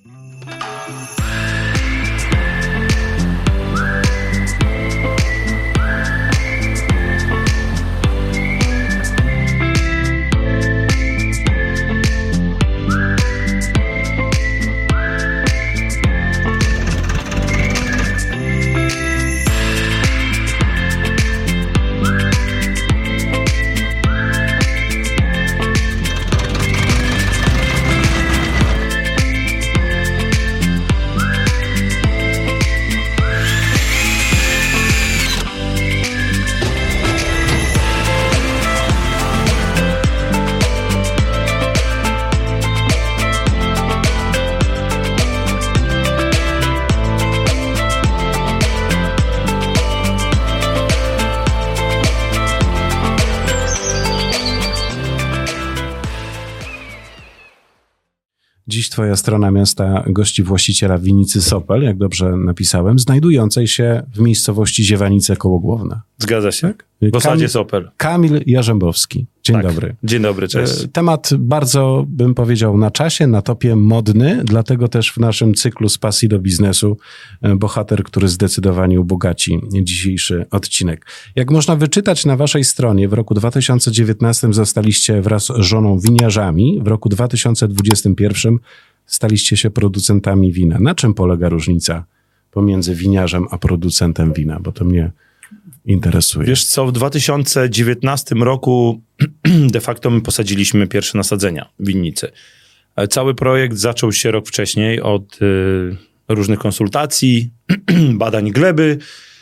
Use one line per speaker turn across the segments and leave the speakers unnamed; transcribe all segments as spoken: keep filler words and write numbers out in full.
Dziś twoja strona miasta gości właściciela winnicy Sopel, jak dobrze napisałem, znajdującej się w miejscowości Ziewanice koło Głowna.
Zgadza się,
tak?
w osadzie Sopel.
Kamil Jarzębowski. Dzień
tak.
dobry.
Dzień dobry, cześć.
Temat bardzo, bym powiedział, na czasie, na topie, modny, dlatego też w naszym cyklu z pasji do biznesu bohater, który zdecydowanie ubogaci dzisiejszy odcinek. Jak można wyczytać na waszej stronie, w roku dwa tysiące dziewiętnastym zostaliście wraz z żoną winiarzami, w roku dwa tysiące dwudziestym pierwszym staliście się producentami wina. Na czym polega różnica pomiędzy winiarzem a producentem wina? Bo to mnie interesuje.
Wiesz co, w dwa tysiące dziewiętnastym roku de facto my posadziliśmy pierwsze nasadzenia w winnicy. Cały projekt zaczął się rok wcześniej od y, różnych konsultacji, badań gleby,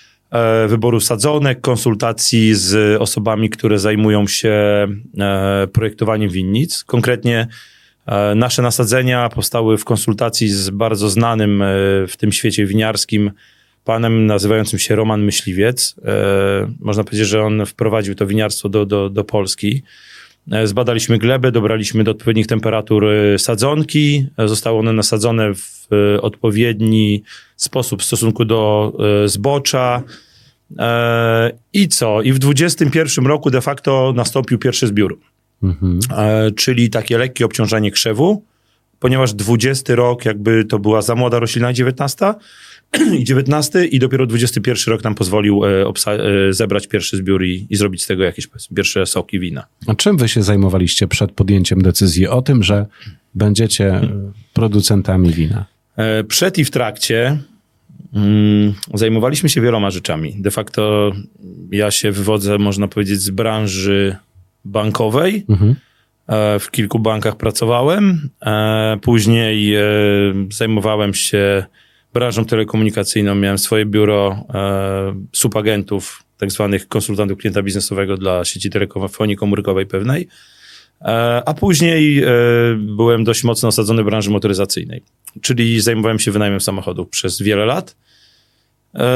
y, wyboru sadzonek, konsultacji z osobami, które zajmują się y, projektowaniem winnic. Konkretnie y, nasze nasadzenia powstały w konsultacji z bardzo znanym y, w tym świecie winiarskim panem nazywającym się Roman Myśliwiec. E, można powiedzieć, że on wprowadził to winiarstwo do, do, do Polski. E, zbadaliśmy glebę, dobraliśmy do odpowiednich temperatur sadzonki. E, zostały one nasadzone w e, odpowiedni sposób w stosunku do e, zbocza. E, I co? I w dwudziestym pierwszym roku de facto nastąpił pierwszy zbiór. Mhm. E, czyli takie lekkie obciążenie krzewu, ponieważ dwudziesty rok jakby to była za młoda roślina, dziewiętnasta i dziewiętnasty i dopiero dwudziesty pierwszy rok nam pozwolił e, obsa- e, zebrać pierwszy zbiór i, i zrobić z tego jakieś pierwsze soki wina.
A czym wy się zajmowaliście przed podjęciem decyzji o tym, że będziecie producentami wina?
E, przed i w trakcie mm, zajmowaliśmy się wieloma rzeczami. De facto ja się wywodzę, można powiedzieć, z branży bankowej. Mhm. E, w kilku bankach pracowałem. E, później e, zajmowałem się branżą telekomunikacyjną, miałem swoje biuro e, subagentów, tak zwanych konsultantów klienta biznesowego dla sieci telefonii komórkowej pewnej, e, a później e, byłem dość mocno osadzony w branży motoryzacyjnej, czyli zajmowałem się wynajmem samochodów przez wiele lat. E,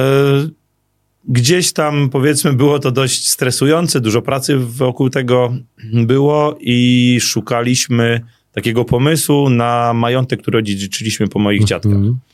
gdzieś tam, powiedzmy, było to dość stresujące, dużo pracy wokół tego było i szukaliśmy takiego pomysłu na majątek, który odziedziczyliśmy po moich dziadkach.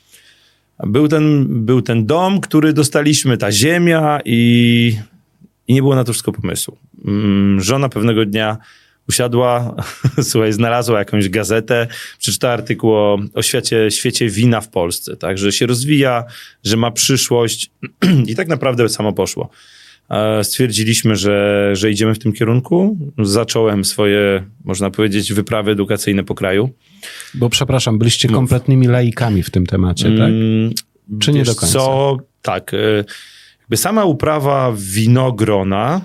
Był ten, był ten dom, który dostaliśmy, ta ziemia i, i nie było na to wszystko pomysłu. Żona pewnego dnia usiadła, słuchaj, znalazła jakąś gazetę, przeczytała artykuł o, o świecie, świecie wina w Polsce, tak, że się rozwija, że ma przyszłość i tak naprawdę samo poszło. Stwierdziliśmy, że, że idziemy w tym kierunku. Zacząłem swoje, można powiedzieć, wyprawy edukacyjne po kraju.
Bo przepraszam, byliście Mów. kompletnymi laikami w tym temacie, tak? Mm, Czy nie do końca?
Co? Tak. Jakby sama uprawa winogrona,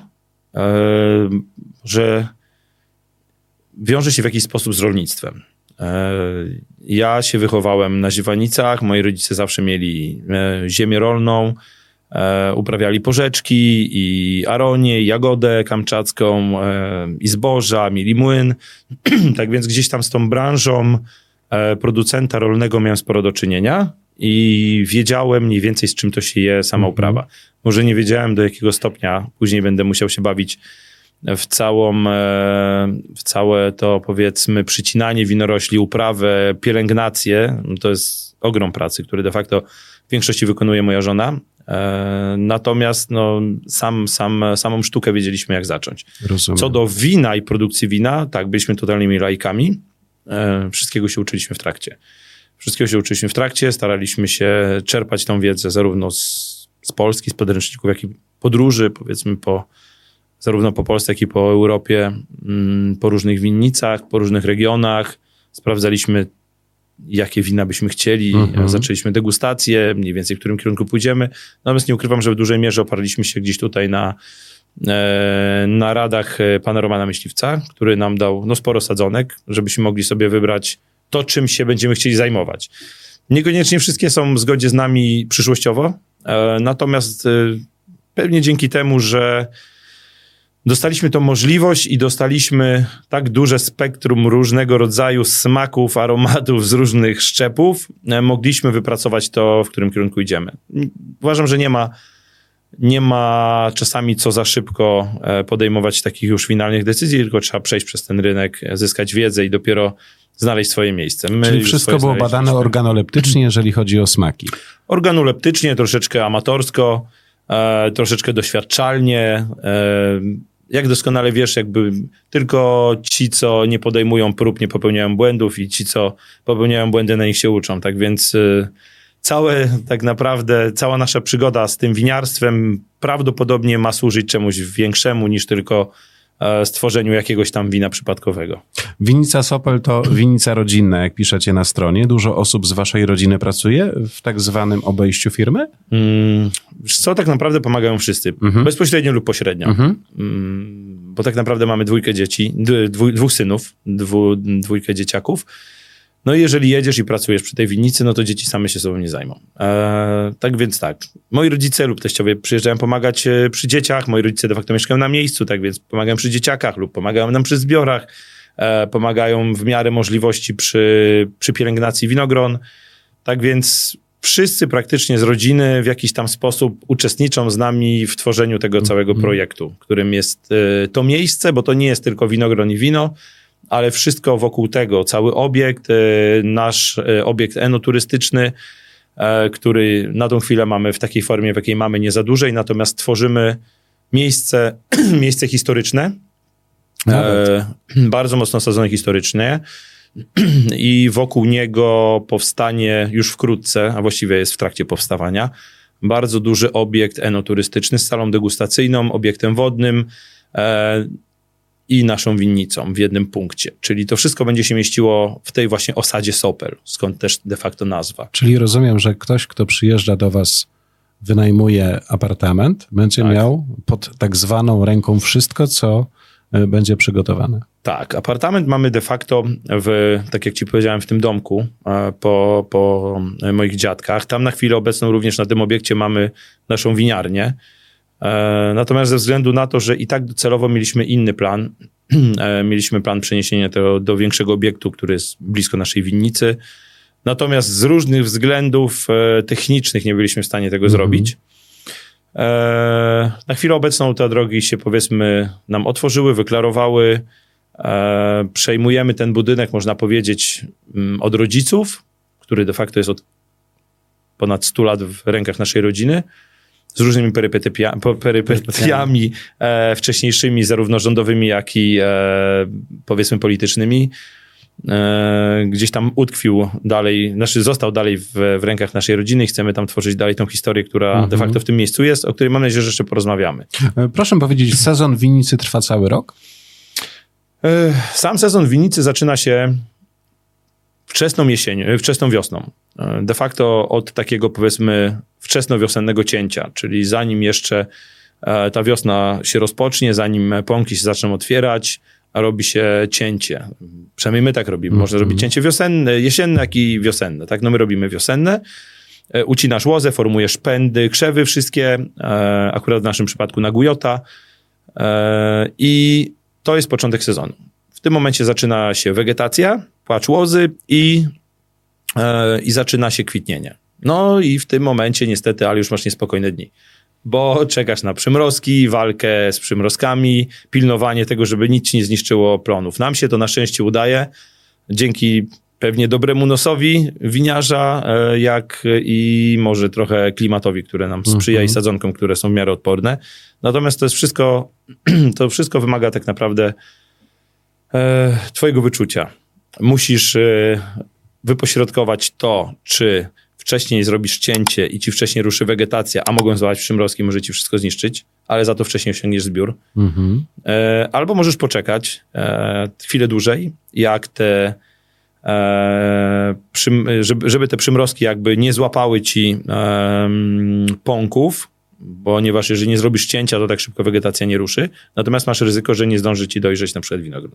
że wiąże się w jakiś sposób z rolnictwem. Ja się wychowałem na Ziewanicach, moi rodzice zawsze mieli ziemię rolną, E, uprawiali porzeczki i aronię, i jagodę kamczacką, e, i zboża, mieli młyn. Tak więc gdzieś tam z tą branżą e, producenta rolnego miałem sporo do czynienia i wiedziałem mniej więcej, z czym to się je sama uprawa. Może nie wiedziałem, do jakiego stopnia później będę musiał się bawić w całą, e, w całe to, powiedzmy, przycinanie winorośli, uprawę, pielęgnację. To jest ogrom pracy, który de facto w większości wykonuje moja żona. Natomiast no, sam, sam, samą sztukę wiedzieliśmy, jak zacząć.
Rozumiem.
Co do wina i produkcji wina, tak, byliśmy totalnymi laikami. Wszystkiego się uczyliśmy w trakcie. Wszystkiego się uczyliśmy w trakcie, staraliśmy się czerpać tą wiedzę zarówno z, z Polski, z podręczników, jak i podróży, powiedzmy po, zarówno po Polsce, jak i po Europie, po różnych winnicach, po różnych regionach. Sprawdzaliśmy, jakie wina byśmy chcieli. Mhm. Zaczęliśmy degustację, mniej więcej w którym kierunku pójdziemy. Natomiast nie ukrywam, że w dużej mierze oparliśmy się gdzieś tutaj na, na radach pana Romana Myśliwca, który nam dał no, sporo sadzonek, żebyśmy mogli sobie wybrać to, czym się będziemy chcieli zajmować. Niekoniecznie wszystkie są w zgodzie z nami przyszłościowo, natomiast pewnie dzięki temu, że dostaliśmy tą możliwość i dostaliśmy tak duże spektrum różnego rodzaju smaków, aromatów z różnych szczepów, mogliśmy wypracować to, w którym kierunku idziemy. Uważam, że nie ma, nie ma czasami co za szybko podejmować takich już finalnych decyzji, tylko trzeba przejść przez ten rynek, zyskać wiedzę i dopiero znaleźć swoje miejsce. My
Czyli wszystko było badane organoleptycznie, jeżeli chodzi o smaki.
Organoleptycznie, troszeczkę amatorsko, e, troszeczkę doświadczalnie. E, jak doskonale wiesz, jakby tylko ci, co nie podejmują prób, nie popełniają błędów i ci, co popełniają błędy, na nich się uczą. Tak więc e, całe, tak naprawdę, cała nasza przygoda z tym winiarstwem prawdopodobnie ma służyć czemuś większemu niż tylko stworzeniu jakiegoś tam wina przypadkowego.
Winnica Sopel to winnica rodzinna, jak piszecie na stronie. Dużo osób z waszej rodziny pracuje w tak zwanym obejściu firmy?
Hmm, co tak naprawdę pomagają wszyscy. Mhm. Bezpośrednio lub pośrednio. Mhm. Hmm, bo tak naprawdę mamy dwójkę dzieci, dwu, dwóch synów, dwu, dwójkę dzieciaków. No i jeżeli jedziesz i pracujesz przy tej winnicy, no to dzieci same się sobą nie zajmą. Eee, tak więc tak. Moi rodzice lub teściowie przyjeżdżają pomagać przy dzieciach, moi rodzice de facto mieszkają na miejscu, tak więc pomagają przy dzieciakach lub pomagają nam przy zbiorach, e, pomagają w miarę możliwości przy, przy pielęgnacji winogron. Tak więc wszyscy praktycznie z rodziny w jakiś tam sposób uczestniczą z nami w tworzeniu tego całego mm. projektu, którym jest e, to miejsce, bo to nie jest tylko winogron i wino, ale wszystko wokół tego, cały obiekt, nasz obiekt enoturystyczny, który na tą chwilę mamy w takiej formie, w jakiej mamy, nie za dużej, natomiast tworzymy miejsce, miejsce historyczne, e, bardzo mocno osadzone historycznie i wokół niego powstanie już wkrótce, a właściwie jest w trakcie powstawania, bardzo duży obiekt enoturystyczny z salą degustacyjną, obiektem wodnym, e, i naszą winnicą w jednym punkcie. Czyli to wszystko będzie się mieściło w tej właśnie osadzie Sopel, skąd też de facto nazwa.
Czyli rozumiem, że ktoś, kto przyjeżdża do was, wynajmuje apartament, będzie tak. miał pod tak zwaną ręką wszystko, co będzie przygotowane.
Tak, apartament mamy de facto, w, tak jak ci powiedziałem, w tym domku po, po moich dziadkach. Tam na chwilę obecną również na tym obiekcie mamy naszą winiarnię. Natomiast ze względu na to, że i tak docelowo mieliśmy inny plan, mieliśmy plan przeniesienia tego do większego obiektu, który jest blisko naszej winnicy, natomiast z różnych względów technicznych nie byliśmy w stanie tego mm-hmm. zrobić. Na chwilę obecną te drogi się, powiedzmy, nam otworzyły, wyklarowały, przejmujemy ten budynek, można powiedzieć, od rodziców, który de facto jest od ponad stu lat w rękach naszej rodziny, z różnymi perypetia- perypetiami e, wcześniejszymi, zarówno rządowymi, jak i e, powiedzmy politycznymi. E, gdzieś tam utkwił dalej, znaczy został dalej w, w rękach naszej rodziny i chcemy tam tworzyć dalej tą historię, która mhm. de facto w tym miejscu jest, o której mam nadzieję, że jeszcze porozmawiamy.
E, proszę powiedzieć, sezon winnicy trwa cały rok?
E, sam sezon winnicy zaczyna się wczesną jesienią, wczesną wiosną. De facto od takiego, powiedzmy, wczesnowiosennego cięcia, czyli zanim jeszcze ta wiosna się rozpocznie, zanim pąki się zaczną otwierać, robi się cięcie. Przynajmniej my tak robimy. Można mm-hmm. robić cięcie wiosenne, jesienne, jak i wiosenne. Tak? No my robimy wiosenne. Ucinasz łozę, formujesz pędy, krzewy wszystkie, akurat w naszym przypadku na gujota. I to jest początek sezonu. W tym momencie zaczyna się wegetacja, płacz łozy i, e, i zaczyna się kwitnienie. No i w tym momencie niestety, ale już masz niespokojne dni, bo czekasz na przymrozki, walkę z przymrozkami, pilnowanie tego, żeby nic ci nie zniszczyło plonów. Nam się to na szczęście udaje, dzięki pewnie dobremu nosowi winiarza, e, jak i może trochę klimatowi, które nam sprzyja mm-hmm. i sadzonkom, które są w miarę odporne. Natomiast to jest wszystko, to wszystko wymaga tak naprawdę twojego wyczucia. Musisz wypośrodkować to, czy wcześniej zrobisz cięcie i ci wcześniej ruszy wegetacja, a mogą złapać przymrozki, może ci wszystko zniszczyć, ale za to wcześniej osiągniesz zbiór. Mhm. E, albo możesz poczekać e, chwilę dłużej, jak te e, przym, żeby, żeby te przymrozki jakby nie złapały ci e, pąków, ponieważ jeżeli nie zrobisz cięcia, to tak szybko wegetacja nie ruszy. Natomiast masz ryzyko, że nie zdąży ci dojrzeć na przykład winogron.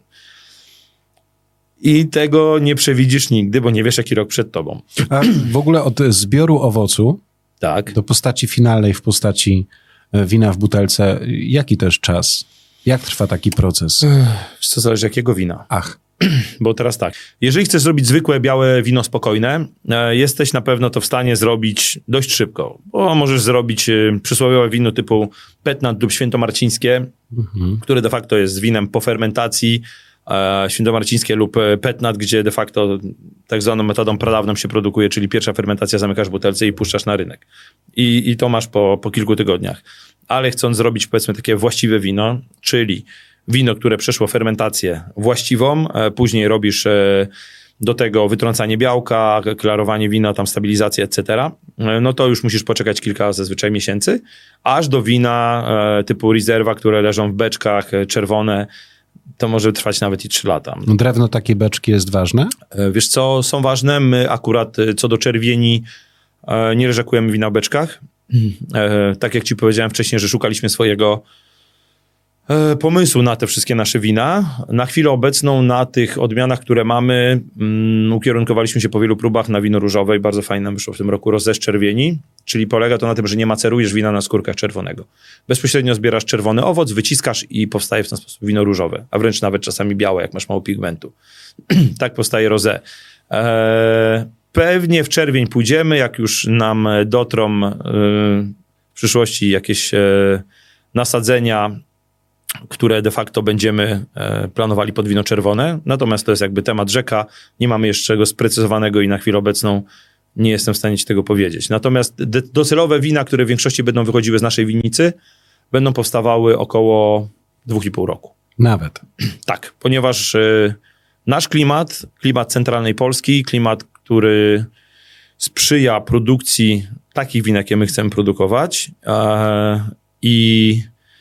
I tego nie przewidzisz nigdy, bo nie wiesz, jaki rok przed tobą.
A w ogóle od zbioru owocu
tak.
do postaci finalnej w postaci wina w butelce, jaki też czas? Jak trwa taki proces?
Co zależy jakiego wina?
Ach.
Bo teraz tak, jeżeli chcesz zrobić zwykłe, białe wino spokojne, jesteś na pewno to w stanie zrobić dość szybko, bo możesz zrobić przysłowiowe wino typu Petnat lub świętomarcińskie, mhm. które de facto jest winem po fermentacji, świętomarcińskie lub Petnat, gdzie de facto tak zwaną metodą pradawną się produkuje, czyli pierwsza fermentacja, zamykasz w butelce i puszczasz na rynek. I, i to masz po, po kilku tygodniach. Ale chcąc zrobić, powiedzmy, takie właściwe wino, czyli wino, które przeszło fermentację właściwą, później robisz do tego wytrącanie białka, klarowanie wina, tam stabilizację, et cetera, no to już musisz poczekać kilka zazwyczaj miesięcy, aż do wina typu rezerwa, które leżą w beczkach, czerwone, to może trwać nawet i trzy lata.
Drewno takiej beczki jest ważne?
Wiesz co, są ważne. My akurat co do czerwieni nie leżakujemy wina w beczkach. Tak jak ci powiedziałem wcześniej, że szukaliśmy swojego pomysłu na te wszystkie nasze wina. Na chwilę obecną na tych odmianach, które mamy, um, ukierunkowaliśmy się po wielu próbach na wino różowe i bardzo fajnie nam wyszło w tym roku rosé z czerwieni, czyli polega to na tym, że nie macerujesz wina na skórkach czerwonego. Bezpośrednio zbierasz czerwony owoc, wyciskasz i powstaje w ten sposób wino różowe, a wręcz nawet czasami białe, jak masz mało pigmentu. Tak powstaje rosé. Eee, pewnie w czerwień pójdziemy, jak już nam dotrą e, w przyszłości jakieś e, nasadzenia, które de facto będziemy e, planowali pod wino czerwone. Natomiast to jest jakby temat rzeka. Nie mamy jeszcze go sprecyzowanego i na chwilę obecną nie jestem w stanie ci tego powiedzieć. Natomiast de- docelowe wina, które w większości będą wychodziły z naszej winnicy, będą powstawały około dwóch i pół roku.
Nawet.
Tak, ponieważ e, nasz klimat, klimat centralnej Polski, klimat, który sprzyja produkcji takich win, jakie my chcemy produkować e, i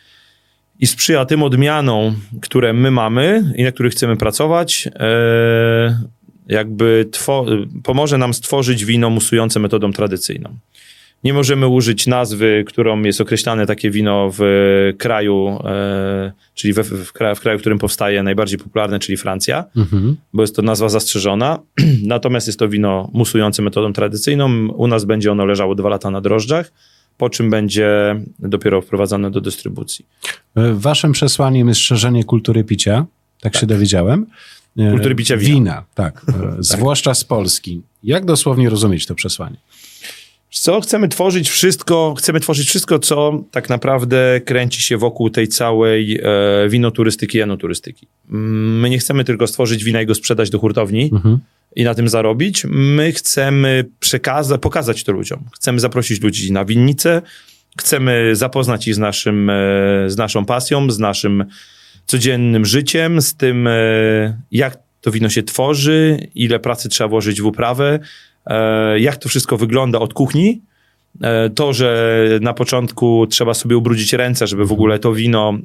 I sprzyja tym odmianom, które my mamy i na których chcemy pracować, e, jakby two- pomoże nam stworzyć wino musujące metodą tradycyjną. Nie możemy użyć nazwy, którą jest określane takie wino w kraju, e, czyli we, w, kraju, w kraju, w którym powstaje najbardziej popularne, czyli Francja, mhm. bo jest to nazwa zastrzeżona. Natomiast jest to wino musujące metodą tradycyjną. U nas będzie ono leżało dwa lata na drożdżach, po czym będzie dopiero wprowadzane do dystrybucji.
Waszym przesłaniem jest szerzenie kultury picia, tak, tak. się dowiedziałem.
Kultury picia wina.
Wina, tak. Zwłaszcza z Polski. Jak dosłownie rozumieć to przesłanie?
Co? Chcemy tworzyć wszystko, chcemy tworzyć wszystko, co tak naprawdę kręci się wokół tej całej e, winoturystyki i enoturystyki. My nie chcemy tylko stworzyć wina i go sprzedać do hurtowni, mhm. i na tym zarobić. My chcemy przekazać, pokazać to ludziom. Chcemy zaprosić ludzi na winnicę, chcemy zapoznać ich z, naszym, z naszą pasją, z naszym codziennym życiem, z tym, jak to wino się tworzy, ile pracy trzeba włożyć w uprawę, jak to wszystko wygląda od kuchni. To, że na początku trzeba sobie ubrudzić ręce, żeby w ogóle to wino,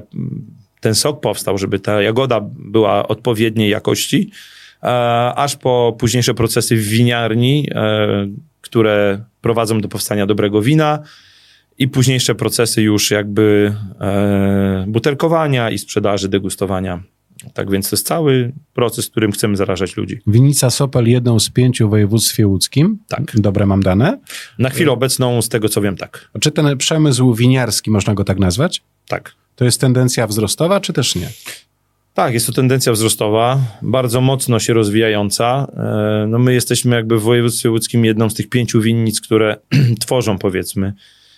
ten sok powstał, żeby ta jagoda była odpowiedniej jakości, aż po późniejsze procesy w winiarni, które prowadzą do powstania dobrego wina i późniejsze procesy już jakby butelkowania i sprzedaży, degustowania. Tak więc to jest cały proces, którym chcemy zarażać ludzi.
Winnica Sopel jedną z pięciu w województwie łódzkim.
Tak.
Dobre mam dane?
Na chwilę obecną, z tego co wiem, tak.
Czy ten przemysł winiarski, można go tak nazwać?
Tak.
To jest tendencja wzrostowa, czy też nie?
Tak, jest to tendencja wzrostowa, bardzo mocno się rozwijająca. No my jesteśmy jakby w województwie łódzkim jedną z tych pięciu winnic, które tworzą, powiedzmy,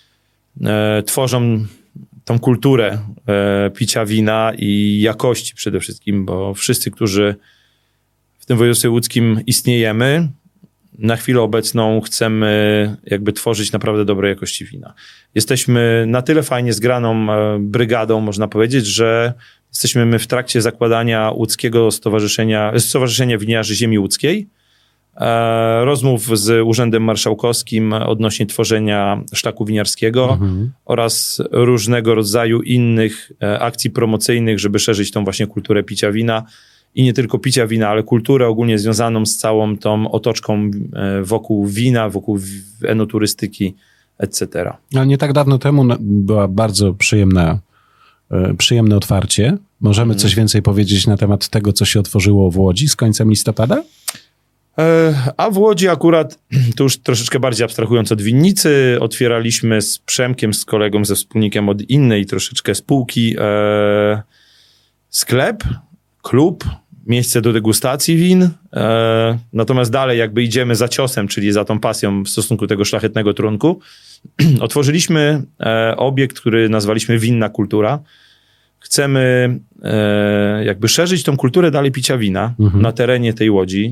tworzą tą kulturę picia wina i jakości przede wszystkim, bo wszyscy, którzy w tym województwie łódzkim istniejemy, na chwilę obecną chcemy jakby tworzyć naprawdę dobrej jakości wina. Jesteśmy na tyle fajnie zgraną brygadą, można powiedzieć, że jesteśmy my w trakcie zakładania łódzkiego stowarzyszenia, Stowarzyszenia Winiarzy Ziemi Łódzkiej, e, rozmów z Urzędem Marszałkowskim odnośnie tworzenia szlaku winiarskiego mhm. oraz różnego rodzaju innych e, akcji promocyjnych, żeby szerzyć tą właśnie kulturę picia wina. I nie tylko picia wina, ale kulturę ogólnie związaną z całą tą otoczką e, wokół wina, wokół enoturystyki, et cetera.
Ale nie tak dawno temu była bardzo przyjemna, e, przyjemne otwarcie. Możemy hmm. coś więcej powiedzieć na temat tego, co się otworzyło w Łodzi z końcem listopada?
E, a w Łodzi akurat, to już troszeczkę bardziej abstrahując od winnicy, otwieraliśmy z Przemkiem, z kolegą, ze wspólnikiem od innej troszeczkę spółki e, sklep, klub, miejsce do degustacji win. E, natomiast dalej jakby idziemy za ciosem, czyli za tą pasją w stosunku do tego szlachetnego trunku. Otworzyliśmy e, obiekt, który nazwaliśmy Winna Kultura. Chcemy e, jakby szerzyć tą kulturę dalej picia wina mhm. na terenie tej Łodzi.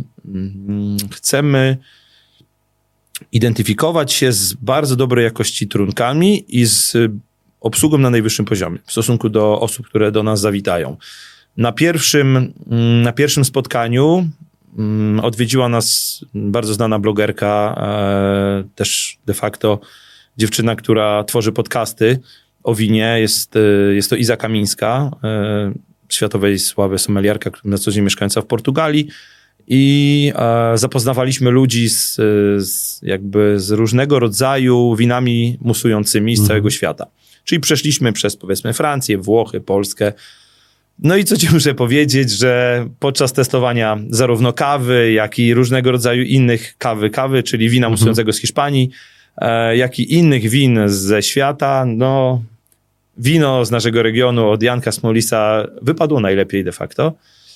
Chcemy identyfikować się z bardzo dobrej jakości trunkami i z obsługą na najwyższym poziomie w stosunku do osób, które do nas zawitają. Na pierwszym, na pierwszym spotkaniu odwiedziła nas bardzo znana blogerka, e, też de facto dziewczyna, która tworzy podcasty o winie. Jest, jest to Iza Kamińska, e, światowej sławy sommeliarka, na co dzień mieszkająca w Portugalii. I e, zapoznawaliśmy ludzi z, z, jakby z różnego rodzaju winami musującymi z mhm. całego świata. Czyli przeszliśmy przez, powiedzmy, Francję, Włochy, Polskę. No i co ci muszę powiedzieć, że podczas testowania zarówno kawy, jak i różnego rodzaju innych kawy, kawy, czyli wina mhm. musującego z Hiszpanii, e, jak i innych win ze świata, no wino z naszego regionu od Janka Smolisa wypadło najlepiej de facto,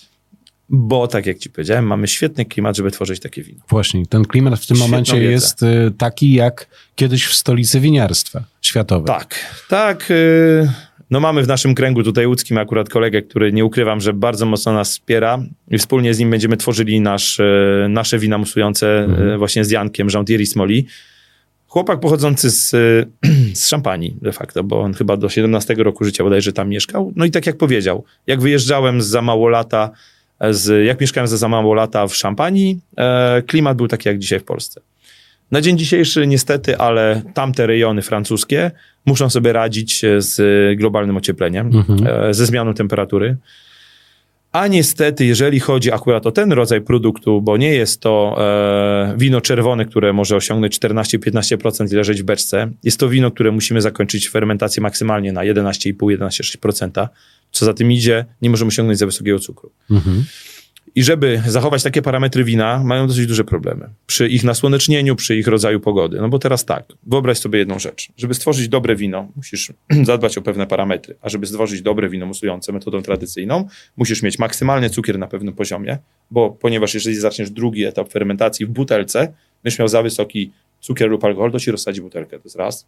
bo tak jak ci powiedziałem, mamy świetny klimat, żeby tworzyć takie wino.
Właśnie, ten klimat w tym Świetną momencie wiedzę. jest taki jak kiedyś w stolicy winiarstwa światowej.
Tak, tak. Y- No mamy w naszym kręgu tutaj łódzkim akurat kolegę, który nie ukrywam, że bardzo mocno nas wspiera i wspólnie z nim będziemy tworzyli nasz, nasze wina musujące mhm. właśnie z Jankiem, Jean-Thierry Smoli. Chłopak pochodzący z, z Szampanii de facto, bo on chyba do siedemnastego roku życia bodajże tam mieszkał. No i tak jak powiedział, jak wyjeżdżałem z za mało lata, z, jak mieszkałem za za mało lata w Szampanii, e, klimat był taki jak dzisiaj w Polsce. Na dzień dzisiejszy niestety, ale tamte rejony francuskie muszą sobie radzić z globalnym ociepleniem, mhm. ze zmianą temperatury. A niestety, jeżeli chodzi akurat o ten rodzaj produktu, bo nie jest to e, wino czerwone, które może osiągnąć czternaście do piętnastu procent i leżeć w beczce, jest to wino, które musimy zakończyć fermentację maksymalnie na jedenaście i pół do jedenastu przecinek sześć procent. Co za tym idzie, nie możemy osiągnąć za wysokiego cukru. Mhm. I żeby zachować takie parametry wina, mają dosyć duże problemy. Przy ich nasłonecznieniu, przy ich rodzaju pogody. No bo teraz tak, wyobraź sobie jedną rzecz. Żeby stworzyć dobre wino, musisz zadbać o pewne parametry. A żeby stworzyć dobre wino musujące metodą tradycyjną, musisz mieć maksymalny cukier na pewnym poziomie, bo ponieważ jeżeli zaczniesz drugi etap fermentacji w butelce, będziesz miał za wysoki cukier lub alkohol, to ci rozsadzi butelkę. To jest raz.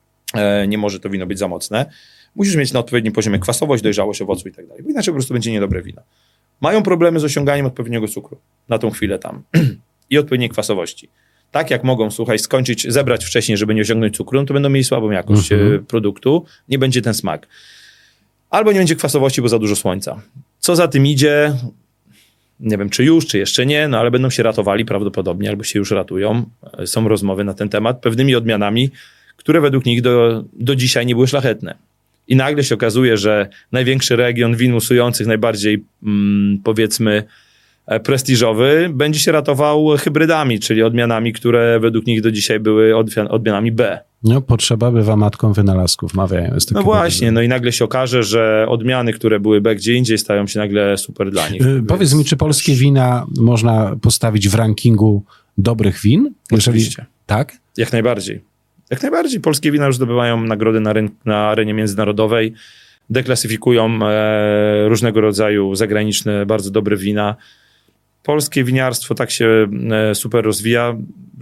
E, nie może to wino być za mocne. Musisz mieć na odpowiednim poziomie kwasowość, dojrzałość owocu i tak dalej. Bo inaczej po prostu będzie niedobre wino. Mają problemy z osiąganiem odpowiedniego cukru na tą chwilę tam i odpowiedniej kwasowości. Tak jak mogą, słuchaj, skończyć, zebrać wcześniej, żeby nie osiągnąć cukru, no to będą mieli słabą jakość mm-hmm. produktu, nie będzie ten smak. Albo nie będzie kwasowości, bo za dużo słońca. Co za tym idzie, nie wiem czy już, czy jeszcze nie, no ale będą się ratowali prawdopodobnie, albo się już ratują. Są rozmowy na ten temat, pewnymi odmianami, które według nich do, do dzisiaj nie były szlachetne. I nagle się okazuje, że największy region win musujących, najbardziej mm, powiedzmy prestiżowy, będzie się ratował hybrydami, czyli odmianami, które według nich do dzisiaj były odmianami B.
No, potrzeba bywa matką wynalazków, mawiają.
No właśnie, bardzo. No i nagle się okaże, że odmiany, które były B gdzie indziej, stają się nagle super dla nich.
Yy, powiedz mi, czy polskie wina można postawić w rankingu dobrych win?
Jeżeli... Oczywiście.
Tak?
Jak najbardziej. Jak najbardziej. Polskie wina już zdobywają nagrody na, ryn- na arenie międzynarodowej, deklasyfikują e, różnego rodzaju zagraniczne, bardzo dobre wina. Polskie winiarstwo tak się e, super rozwija,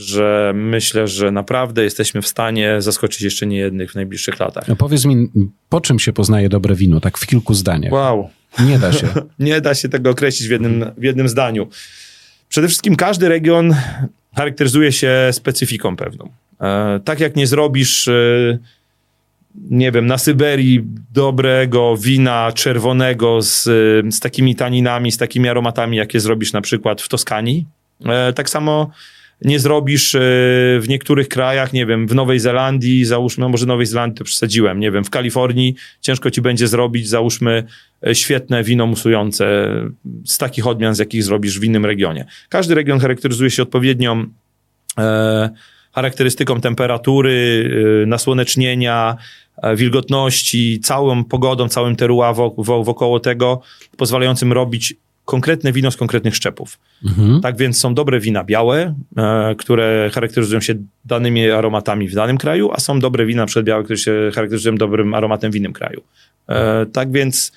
że myślę, że naprawdę jesteśmy w stanie zaskoczyć jeszcze niejednych w najbliższych latach.
No powiedz mi, po czym się poznaje dobre wino? Tak w kilku zdaniach.
Wow.
Nie da się.
Nie da się tego określić w jednym, w jednym zdaniu. Przede wszystkim każdy region charakteryzuje się specyfiką pewną. E, tak jak nie zrobisz, e, nie wiem, na Syberii dobrego wina czerwonego z, z takimi taninami, z takimi aromatami, jakie zrobisz na przykład w Toskanii, Tak samo nie zrobisz w niektórych krajach, nie wiem, w Nowej Zelandii, załóżmy, może Nowej Zelandii to przesadziłem, nie wiem, w Kalifornii ciężko ci będzie zrobić, załóżmy, świetne wino musujące z takich odmian, z jakich zrobisz w innym regionie. Każdy region charakteryzuje się odpowiednią e, charakterystyką temperatury, e, nasłonecznienia, e, wilgotności, całą pogodą, całym terroir wo- wokoło tego, pozwalającym robić konkretne wino z konkretnych szczepów. Mhm. Tak więc są dobre wina białe, e, które charakteryzują się danymi aromatami w danym kraju, a są dobre wina, na przykład białe, które się charakteryzują dobrym aromatem w innym kraju. E, tak więc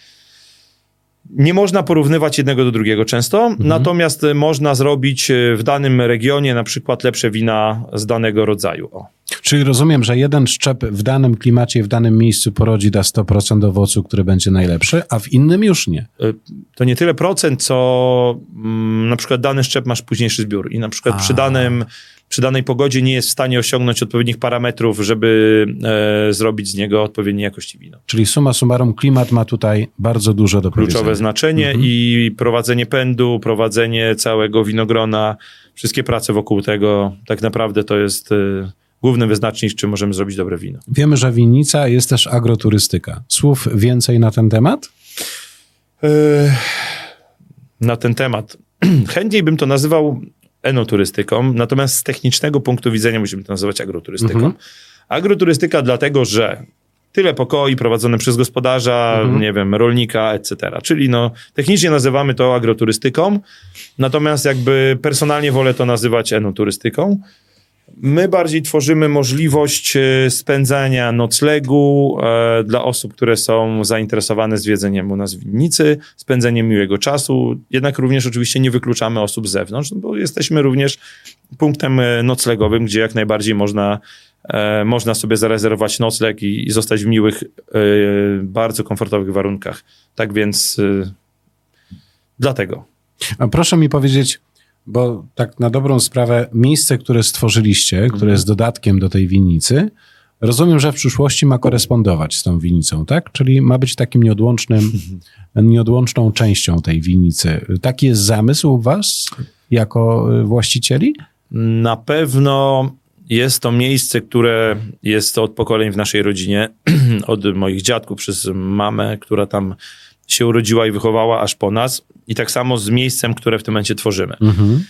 nie można porównywać jednego do drugiego często, mhm. natomiast można zrobić w danym regionie na przykład lepsze wina z danego rodzaju. O.
Czyli rozumiem, że jeden szczep w danym klimacie, w danym miejscu porodzi da sto procent owocu, który będzie najlepszy, a w innym już nie.
To nie tyle procent, co mm, na przykład dany szczep masz późniejszy zbiór i na przykład przy, danym, przy danej pogodzie nie jest w stanie osiągnąć odpowiednich parametrów, żeby e, zrobić z niego odpowiedniej jakości wino.
Czyli summa summarum klimat ma tutaj bardzo dużo do powiedzenia.
Kluczowe znaczenie mhm. i prowadzenie pędu, prowadzenie całego winogrona, wszystkie prace wokół tego, tak naprawdę to jest... E, główny wyznacznik, czy możemy zrobić dobre wino.
Wiemy, że winnica jest też agroturystyka. Słów więcej na ten temat?
Yy, na ten temat. Chętniej bym to nazywał enoturystyką, natomiast z technicznego punktu widzenia musimy to nazywać agroturystyką. Mhm. Agroturystyka dlatego, że tyle pokoi prowadzone przez gospodarza, mhm. nie wiem, rolnika, et cetera. Czyli no, technicznie nazywamy to agroturystyką, natomiast jakby personalnie wolę to nazywać enoturystyką. My bardziej tworzymy możliwość spędzania noclegu e, dla osób, które są zainteresowane zwiedzeniem u nas w winnicy, spędzeniem miłego czasu, jednak również oczywiście nie wykluczamy osób z zewnątrz, bo jesteśmy również punktem noclegowym, gdzie jak najbardziej można, e, można sobie zarezerwować nocleg i, i zostać w miłych, e, bardzo komfortowych warunkach. Tak więc e, dlatego.
A proszę mi powiedzieć, bo tak na dobrą sprawę miejsce, które stworzyliście, które jest dodatkiem do tej winnicy, rozumiem, że w przyszłości ma korespondować z tą winnicą, tak? Czyli ma być takim nieodłącznym, nieodłączną częścią tej winnicy. Taki jest zamysł u was jako właścicieli?
Na pewno jest to miejsce, które jest od pokoleń w naszej rodzinie, od moich dziadków przez mamę, która tam się urodziła i wychowała, aż po nas. I tak samo z miejscem, które w tym momencie tworzymy. Mhm.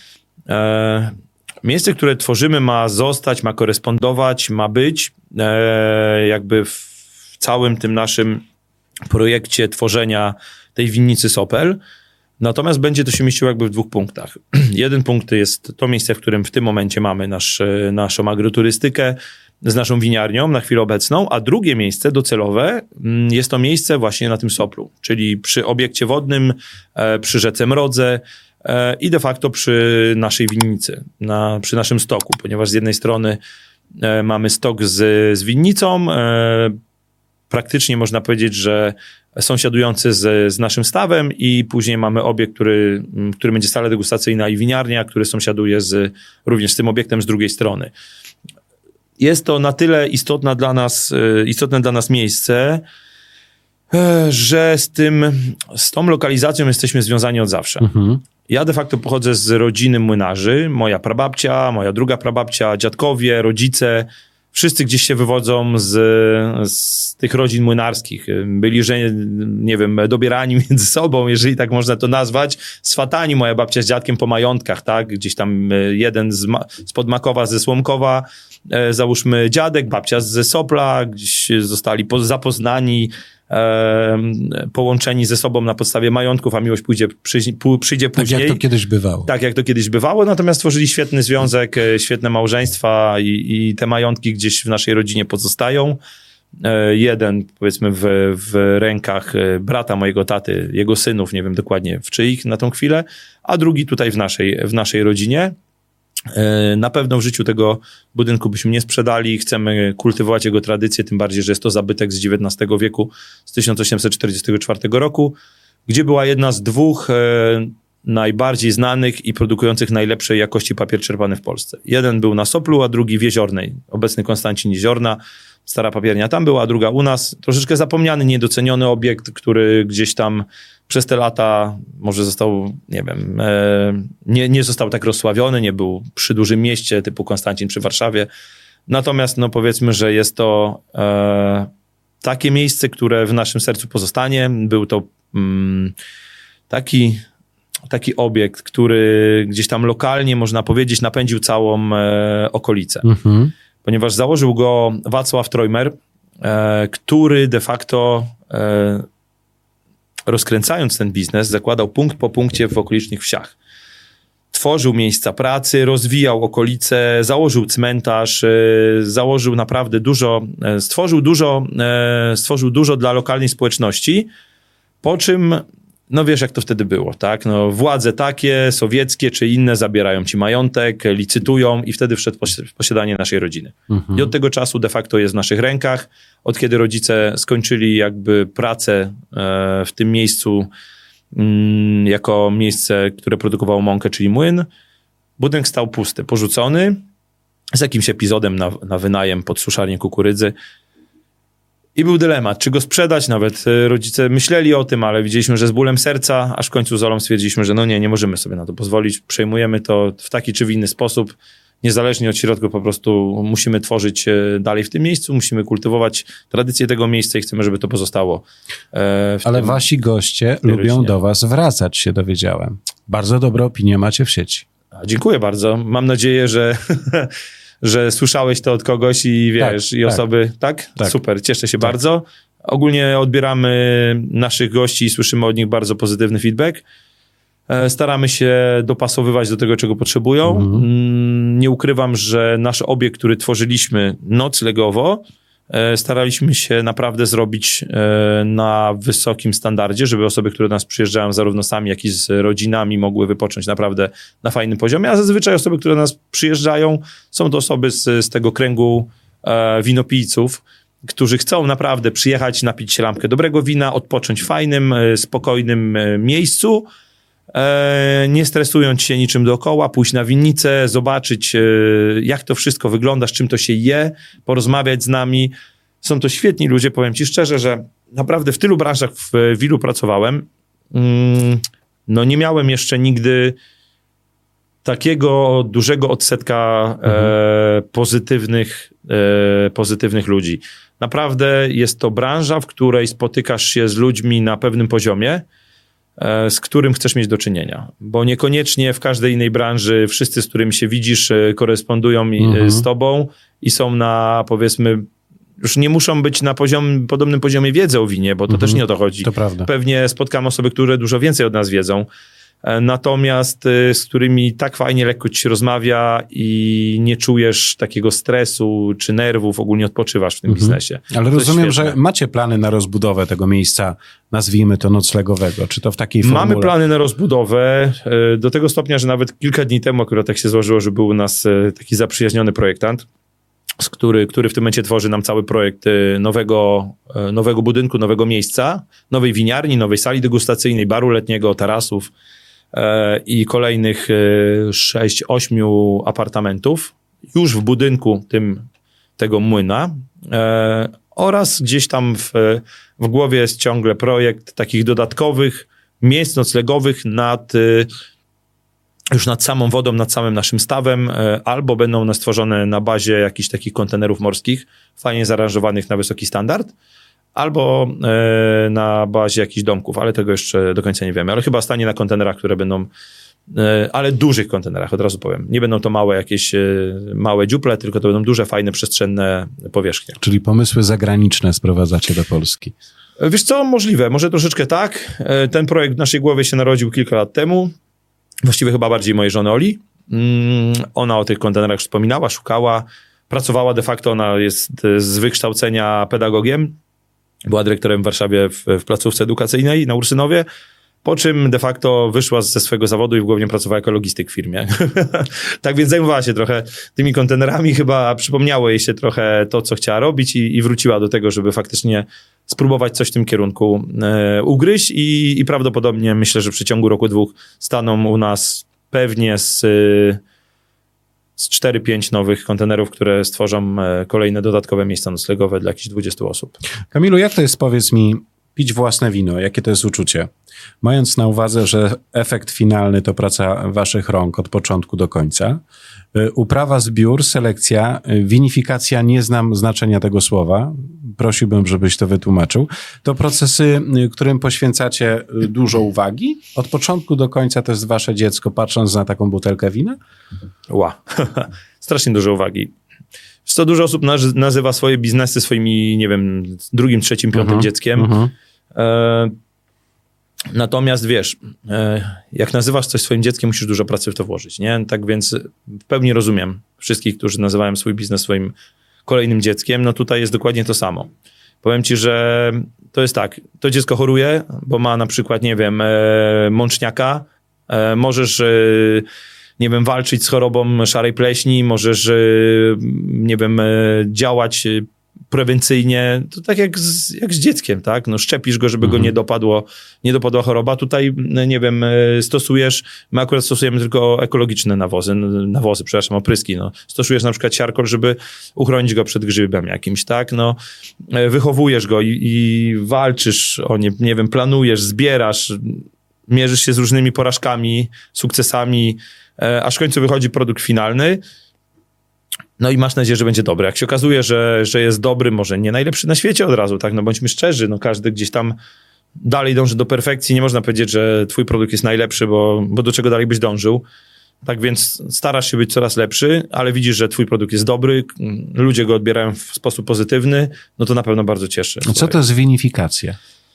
E, miejsce, które tworzymy, ma zostać, ma korespondować, ma być e, jakby w całym tym naszym projekcie tworzenia tej winnicy Sopel. Natomiast będzie to się mieściło jakby w dwóch punktach. Jeden punkt jest to miejsce, w którym w tym momencie mamy nasz, naszą agroturystykę z naszą winiarnią na chwilę obecną, a drugie miejsce docelowe jest to miejsce właśnie na tym Soplu, czyli przy obiekcie wodnym, przy rzece Mrodze i de facto przy naszej winnicy, na, przy naszym stoku, ponieważ z jednej strony mamy stok z, z winnicą, praktycznie można powiedzieć, że sąsiadujący z, z naszym stawem i później mamy obiekt, który, który będzie sala degustacyjna i winiarnia, który sąsiaduje z, również z tym obiektem z drugiej strony. Jest to na tyle istotne dla nas, istotne dla nas miejsce, że z tym, z tą lokalizacją jesteśmy związani od zawsze. Mhm. Ja de facto pochodzę z rodziny młynarzy. Moja prababcia, moja druga prababcia, dziadkowie, rodzice, wszyscy gdzieś się wywodzą z, z tych rodzin młynarskich. Byli, że nie wiem, dobierani między sobą, jeżeli tak można to nazwać. Swatani, moja babcia z dziadkiem po majątkach, tak? Gdzieś tam jeden z, z Podmakowa, ze Słomkowa, e, załóżmy dziadek, babcia ze Sopla, gdzieś zostali po, zapoznani, e, połączeni ze sobą na podstawie majątków, a miłość pójdzie, przy, przyjdzie później.
Tak jak to kiedyś bywało.
Tak jak to kiedyś bywało, natomiast stworzyli świetny związek, świetne małżeństwa i, i te majątki gdzieś w naszej rodzinie pozostają. Jeden, powiedzmy, w, w rękach brata mojego taty, jego synów, nie wiem dokładnie w czyich na tą chwilę, a drugi tutaj w naszej, w naszej rodzinie. Na pewno w życiu tego budynku byśmy nie sprzedali, chcemy kultywować jego tradycję, tym bardziej, że jest to zabytek z dziewiętnastego wieku, z tysiąc osiemset czterdziestego czwartego roku, gdzie była jedna z dwóch najbardziej znanych i produkujących najlepszej jakości papier czerpany w Polsce. Jeden był na Soplu, a drugi w Jeziornej. Obecny Konstancin Jeziorna, stara papiernia tam była, a druga u nas. Troszeczkę zapomniany, niedoceniony obiekt, który gdzieś tam przez te lata może został, nie wiem, e, nie, nie został tak rozsławiony, nie był przy dużym mieście typu Konstancin przy Warszawie. Natomiast no powiedzmy, że jest to e, takie miejsce, które w naszym sercu pozostanie. Był to mm, taki, taki obiekt, który gdzieś tam lokalnie, można powiedzieć, napędził całą e, okolicę. Mhm. Ponieważ założył go Wacław Trojmer, e, który de facto e, rozkręcając ten biznes, zakładał punkt po punkcie w okolicznych wsiach. Tworzył miejsca pracy, rozwijał okolice, założył cmentarz, założył naprawdę dużo, stworzył dużo, stworzył dużo dla lokalnej społeczności, po czym, no wiesz jak to wtedy było, tak? No, władze takie, sowieckie czy inne zabierają ci majątek, licytują i wtedy wszedł w posiadanie naszej rodziny. Mhm. I od tego czasu de facto jest w naszych rękach. Od kiedy rodzice skończyli jakby pracę w tym miejscu jako miejsce, które produkowało mąkę, czyli młyn, budynek stał pusty, porzucony, z jakimś epizodem na, na wynajem pod suszarnię kukurydzy. I był dylemat, czy go sprzedać, nawet rodzice myśleli o tym, ale widzieliśmy, że z bólem serca, aż w końcu z Olą stwierdziliśmy, że no nie, nie możemy sobie na to pozwolić, przejmujemy to w taki czy w inny sposób, niezależnie od środka po prostu musimy tworzyć dalej w tym miejscu, musimy kultywować tradycję tego miejsca i chcemy, żeby to pozostało.
W Ale tym, wasi goście lubią rodzinie. Do was wracać, się dowiedziałem. Bardzo dobre opinie macie w sieci.
Dziękuję bardzo. Mam nadzieję, że... że słyszałeś to od kogoś i wiesz, tak, i osoby, tak? tak? tak. Super, cieszę się tak. bardzo. Ogólnie odbieramy naszych gości i słyszymy od nich bardzo pozytywny feedback. Staramy się dopasowywać do tego, czego potrzebują. Mhm. Nie ukrywam, że nasz obiekt, który tworzyliśmy noclegowo, staraliśmy się naprawdę zrobić na wysokim standardzie, żeby osoby, które do nas przyjeżdżają zarówno sami, jak i z rodzinami mogły wypocząć naprawdę na fajnym poziomie, a zazwyczaj osoby, które do nas przyjeżdżają, są to osoby z, z tego kręgu winopijców, którzy chcą naprawdę przyjechać, napić się lampkę dobrego wina, odpocząć w fajnym, spokojnym miejscu, nie stresując się niczym dookoła, pójść na winnicę, zobaczyć jak to wszystko wygląda, z czym to się je, porozmawiać z nami. Są to świetni ludzie, powiem ci szczerze, że naprawdę w tylu branżach w Wilu pracowałem, no nie miałem jeszcze nigdy takiego dużego odsetka mhm. e, pozytywnych, e, pozytywnych ludzi. Naprawdę jest to branża, w której spotykasz się z ludźmi na pewnym poziomie, z którym chcesz mieć do czynienia, bo niekoniecznie w każdej innej branży wszyscy, z którymi się widzisz, korespondują mhm. z tobą i są na, powiedzmy, już nie muszą być na poziom, podobnym poziomie wiedzy o winie, bo to mhm. też nie o to chodzi.
To prawda.
Pewnie spotkam osoby, które dużo więcej od nas wiedzą, natomiast z którymi tak fajnie, lekko ci się rozmawia i nie czujesz takiego stresu czy nerwów, ogólnie odpoczywasz w tym mhm. biznesie.
Ale to rozumiem, że macie plany na rozbudowę tego miejsca, nazwijmy to noclegowego, czy to w takiej formule?
Mamy plany na rozbudowę, do tego stopnia, że nawet kilka dni temu akurat tak się złożyło, że był u nas taki zaprzyjaźniony projektant, z który, który w tym momencie tworzy nam cały projekt nowego, nowego budynku, nowego miejsca, nowej winiarni, nowej sali degustacyjnej, baru letniego, tarasów, i kolejnych sześć, ośmiu apartamentów już w budynku tym, tego młyna e, oraz gdzieś tam w, w głowie jest ciągle projekt takich dodatkowych miejsc noclegowych nad już nad samą wodą, nad samym naszym stawem, e, albo będą one stworzone na bazie jakichś takich kontenerów morskich fajnie zaaranżowanych na wysoki standard, albo e, na bazie jakichś domków, ale tego jeszcze do końca nie wiemy. Ale chyba stanie na kontenerach, które będą, e, ale dużych kontenerach, od razu powiem. Nie będą to małe jakieś e, małe dziuple, tylko to będą duże, fajne, przestrzenne powierzchnie.
Czyli pomysły zagraniczne sprowadzacie do Polski.
Wiesz co, możliwe, może troszeczkę tak. E, ten projekt w naszej głowie się narodził kilka lat temu. Właściwie chyba bardziej mojej żony Oli. Mm, ona o tych kontenerach wspominała, szukała, pracowała de facto, ona jest z wykształcenia pedagogiem. Była dyrektorem w Warszawie w, w placówce edukacyjnej na Ursynowie Po czym de facto wyszła ze swojego zawodu i głównie pracowała jako logistyk w firmie. Tak więc zajmowała się trochę tymi kontenerami, chyba przypomniało jej się trochę to, co chciała robić i, i wróciła do tego, żeby faktycznie spróbować coś w tym kierunku e, ugryźć i, i prawdopodobnie myślę, że w przeciągu roku, dwóch staną u nas pewnie z, z cztery pięć nowych kontenerów, które stworzą kolejne dodatkowe miejsca noclegowe dla jakichś dwudziestu osób.
Kamilu, jak to jest, powiedz mi, pić własne wino? Jakie to jest uczucie? Mając na uwadze, że efekt finalny to praca waszych rąk od początku do końca. Uprawa, zbiór, selekcja, winifikacja, nie znam znaczenia tego słowa. Prosiłbym, żebyś to wytłumaczył. To procesy, którym poświęcacie dużo uwagi. Od początku do końca to jest wasze dziecko, patrząc na taką butelkę wina?
Ła, strasznie dużo uwagi. Co dużo osób nazywa swoje biznesy swoimi, nie wiem, drugim, trzecim, piątym uh-huh, dzieckiem. Uh-huh. E, natomiast wiesz, e, jak nazywasz coś swoim dzieckiem, musisz dużo pracy w to włożyć, nie? Tak więc w pełni rozumiem wszystkich, którzy nazywają swój biznes swoim kolejnym dzieckiem. No tutaj jest dokładnie to samo. Powiem ci, że to jest tak, to dziecko choruje, bo ma na przykład, nie wiem, e, mączniaka, e, możesz... E, nie wiem, walczyć z chorobą szarej pleśni, możesz, nie wiem, działać prewencyjnie, to tak jak z, jak z dzieckiem, tak? No szczepisz go, żeby mhm. go nie dopadło, nie dopadła choroba. Tutaj, nie wiem, stosujesz, my akurat stosujemy tylko ekologiczne nawozy, nawozy, przepraszam, opryski, no. Stosujesz na przykład siarkol, żeby uchronić go przed grzybem jakimś, tak? No, wychowujesz go i, i walczysz o nie, nie wiem, planujesz, zbierasz, mierzysz się z różnymi porażkami, sukcesami, aż w końcu wychodzi produkt finalny. No i masz nadzieję, że będzie dobry. Jak się okazuje, że, że jest dobry, może nie najlepszy na świecie od razu, tak? No bądźmy szczerzy, no każdy gdzieś tam dalej dąży do perfekcji. Nie można powiedzieć, że twój produkt jest najlepszy, bo, bo do czego dalej byś dążył. Tak więc starasz się być coraz lepszy, ale widzisz, że twój produkt jest dobry, ludzie go odbierają w sposób pozytywny, no to na pewno bardzo cieszy.
A co to jest winifikacja?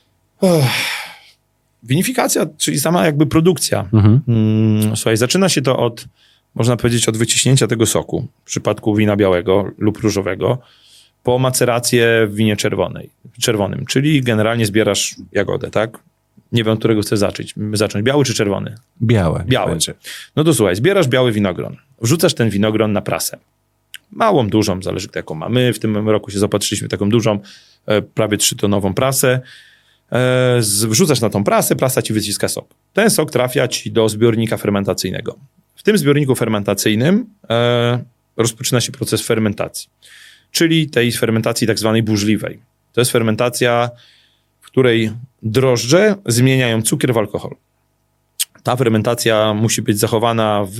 Winifikacja, czyli sama jakby produkcja.
Mhm.
Słuchaj, zaczyna się to od, można powiedzieć, od wyciśnięcia tego soku, w przypadku wina białego lub różowego, po macerację w winie czerwonej, czerwonym, czyli generalnie zbierasz jagodę, tak? Nie wiem, od którego chcesz zacząć. zacząć. Biały czy czerwony?
Białe.
Biały.
Będzie.
No to słuchaj, zbierasz biały winogron, wrzucasz ten winogron na prasę. Małą, dużą, zależy jaką mamy. W tym roku się zaopatrzyliśmy taką dużą, prawie trzytonową prasę. Wrzucasz na tą prasę, prasa ci wyciska sok. Ten sok trafia ci do zbiornika fermentacyjnego. W tym zbiorniku fermentacyjnym e, rozpoczyna się proces fermentacji, czyli tej fermentacji tak zwanej burzliwej. To jest fermentacja, w której drożdże zmieniają cukier w alkohol. Ta fermentacja musi być zachowana w,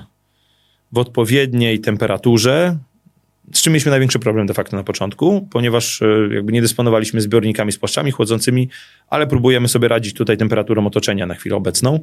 w odpowiedniej temperaturze, z czym mieliśmy największy problem de facto na początku, ponieważ jakby nie dysponowaliśmy zbiornikami z płaszczami chłodzącymi, ale próbujemy sobie radzić tutaj temperaturą otoczenia na chwilę obecną.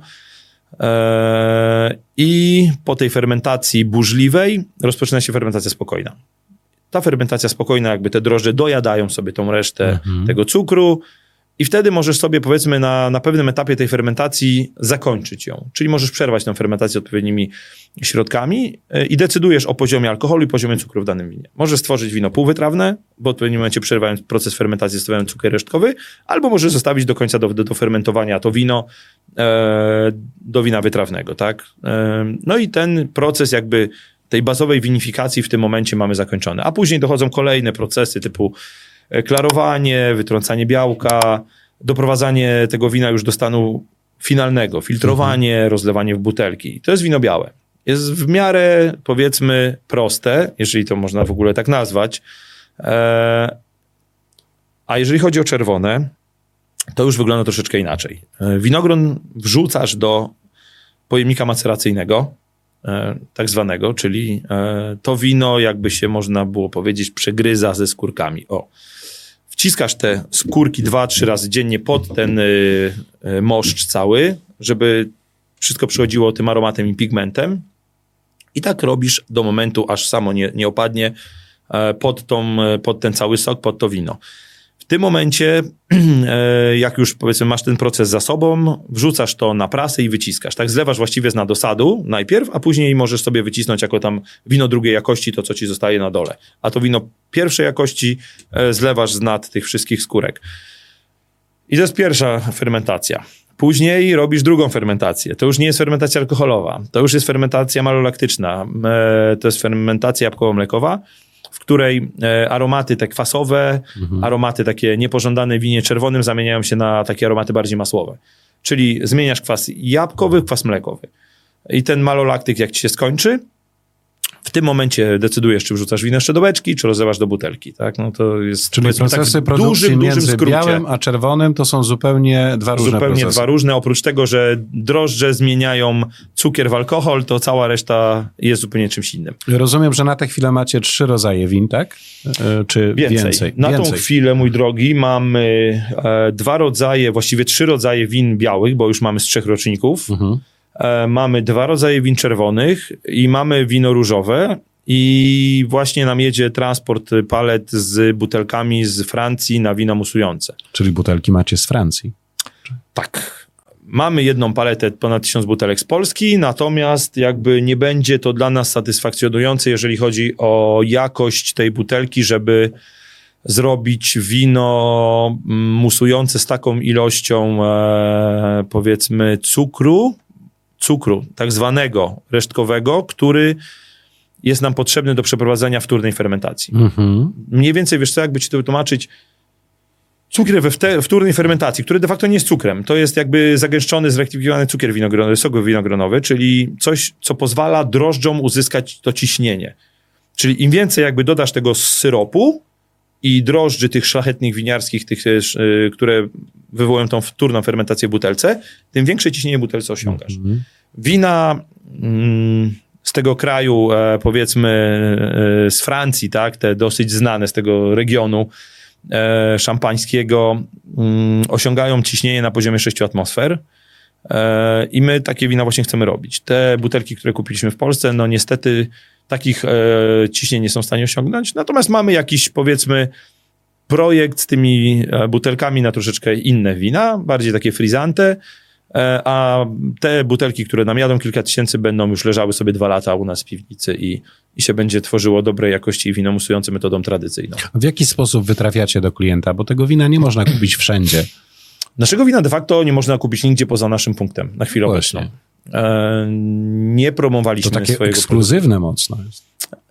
Eee, I po tej fermentacji burzliwej rozpoczyna się fermentacja spokojna. Ta fermentacja spokojna, jakby te drożdże dojadają sobie tą resztę mhm. tego cukru i wtedy możesz sobie, powiedzmy, na, na pewnym etapie tej fermentacji zakończyć ją. Czyli możesz przerwać tę fermentację odpowiednimi środkami i decydujesz o poziomie alkoholu i poziomie cukru w danym winie. Możesz stworzyć wino półwytrawne, bo w odpowiednim momencie przerywając proces fermentacji stawiając cukier resztkowy, albo możesz zostawić do końca do, do, do fermentowania to wino e, do wina wytrawnego, tak? E, no i ten proces jakby tej bazowej winifikacji w tym momencie mamy zakończony. A później dochodzą kolejne procesy typu klarowanie, wytrącanie białka, doprowadzanie tego wina już do stanu finalnego, filtrowanie, mhm. rozlewanie w butelki. To jest wino białe. Jest w miarę, powiedzmy, proste, jeżeli to można w ogóle tak nazwać. Eee, a jeżeli chodzi o czerwone, to już wygląda troszeczkę inaczej. Eee, winogron wrzucasz do pojemnika maceracyjnego, e, tak zwanego, czyli e, to wino, jakby się można było powiedzieć, przegryza ze skórkami. O. Wciskasz te skórki dwa, trzy razy dziennie pod ten y, y, moszcz cały, żeby wszystko przychodziło tym aromatem i pigmentem. I tak robisz do momentu, aż samo nie, nie opadnie e, pod, tą, pod ten cały sok, pod to wino. W tym momencie, e, jak już powiedzmy masz ten proces za sobą, wrzucasz to na prasę i wyciskasz. Tak zlewasz właściwie z nadosadu najpierw, a później możesz sobie wycisnąć jako tam wino drugiej jakości, to co ci zostaje na dole. A to wino pierwszej jakości e, zlewasz z nad tych wszystkich skórek. I to jest pierwsza fermentacja. Później robisz drugą fermentację. To już nie jest fermentacja alkoholowa. To już jest fermentacja malolaktyczna. E, to jest fermentacja jabłkowo-mlekowa, w której e, aromaty te kwasowe, mhm. aromaty takie niepożądane w winie czerwonym zamieniają się na takie aromaty bardziej masłowe. Czyli zmieniasz kwas jabłkowy w kwas mlekowy. I ten malolaktyk jak ci się skończy, w tym momencie decydujesz, czy wrzucasz wino jeszcze do beczki, czy rozlewasz do butelki. Tak? No to jest,
czyli procesy tak produkcji dużym, między dużym skrócie. Białym a czerwonym to są zupełnie dwa różne
Zupełnie
procesy.
dwa różne. Oprócz tego, że drożdże zmieniają cukier w alkohol, to cała reszta jest zupełnie czymś innym.
Rozumiem, że na tę chwilę macie trzy rodzaje win, tak? Czy więcej? więcej?
Na
więcej.
tą chwilę, mój drogi, mamy e, dwa rodzaje, właściwie trzy rodzaje win białych, bo już mamy z trzech roczników. Mhm. E, mamy dwa rodzaje win czerwonych i mamy wino różowe. I właśnie nam jedzie transport palet z butelkami z Francji na wina musujące.
Czyli butelki macie z Francji?
Tak. Mamy jedną paletę, ponad tysiąc butelek z Polski, natomiast jakby nie będzie to dla nas satysfakcjonujące, jeżeli chodzi o jakość tej butelki, żeby zrobić wino musujące z taką ilością e, powiedzmy cukru, cukru tak zwanego resztkowego, który jest nam potrzebny do przeprowadzenia wtórnej fermentacji. Mm-hmm. Mniej więcej, wiesz co, jakby ci to wytłumaczyć, cukier we wte- wtórnej fermentacji, który de facto nie jest cukrem, to jest jakby zagęszczony, zreaktywowany cukier winogronowy, sok winogronowy, czyli coś, co pozwala drożdżom uzyskać to ciśnienie. Czyli im więcej jakby dodasz tego syropu i drożdży tych szlachetnych winiarskich, tych, yy, które wywołują tą wtórną fermentację w butelce, tym większe ciśnienie w butelce osiągasz. Mm-hmm. Wina... Mm, z tego kraju, e, powiedzmy e, z Francji, tak, te dosyć znane z tego regionu e, szampańskiego, mm, osiągają ciśnienie na poziomie sześciu atmosfer e, i my takie wina właśnie chcemy robić. Te butelki, które kupiliśmy w Polsce, no niestety takich e, ciśnień nie są w stanie osiągnąć, natomiast mamy jakiś, powiedzmy, projekt z tymi butelkami na troszeczkę inne wina, bardziej takie frizante, a te butelki, które nam jadą kilka tysięcy, będą już leżały sobie dwa lata u nas w piwnicy i, i się będzie tworzyło dobrej jakości wino musujące metodą tradycyjną.
W jaki sposób wy trafiacie do klienta? Bo tego wina nie można kupić wszędzie.
Naszego wina de facto nie można kupić nigdzie poza naszym punktem na chwilę
Właśnie.
obecną. E, nie promowaliśmy
to takie
swojego
ekskluzywne produktu. Mocno jest.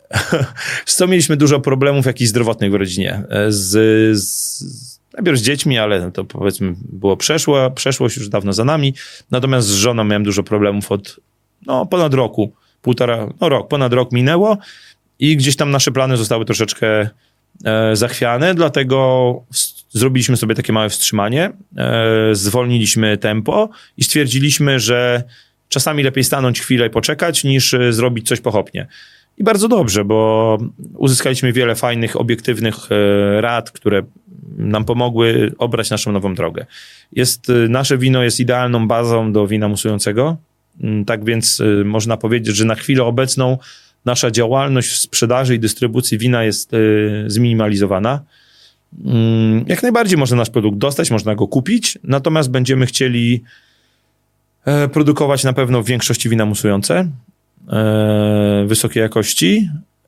Z co mieliśmy dużo problemów jakichś zdrowotnych w rodzinie. Z, z Najpierw z dziećmi, ale to powiedzmy było przeszło, przeszłość już dawno za nami. Natomiast z żoną miałem dużo problemów od no, ponad roku, półtora, no rok, ponad rok minęło i gdzieś tam nasze plany zostały troszeczkę e, zachwiane, dlatego w, zrobiliśmy sobie takie małe wstrzymanie, e, zwolniliśmy tempo i stwierdziliśmy, że czasami lepiej stanąć chwilę i poczekać, niż e, zrobić coś pochopnie. I bardzo dobrze, bo uzyskaliśmy wiele fajnych, obiektywnych e, rad, które nam pomogły obrać naszą nową drogę. Jest, nasze wino jest idealną bazą do wina musującego, tak więc e, można powiedzieć, że na chwilę obecną nasza działalność w sprzedaży i dystrybucji wina jest e, zminimalizowana. Mm, jak najbardziej można nasz produkt dostać, można go kupić, natomiast będziemy chcieli e, produkować na pewno w większości wina musujące, E, wysokiej jakości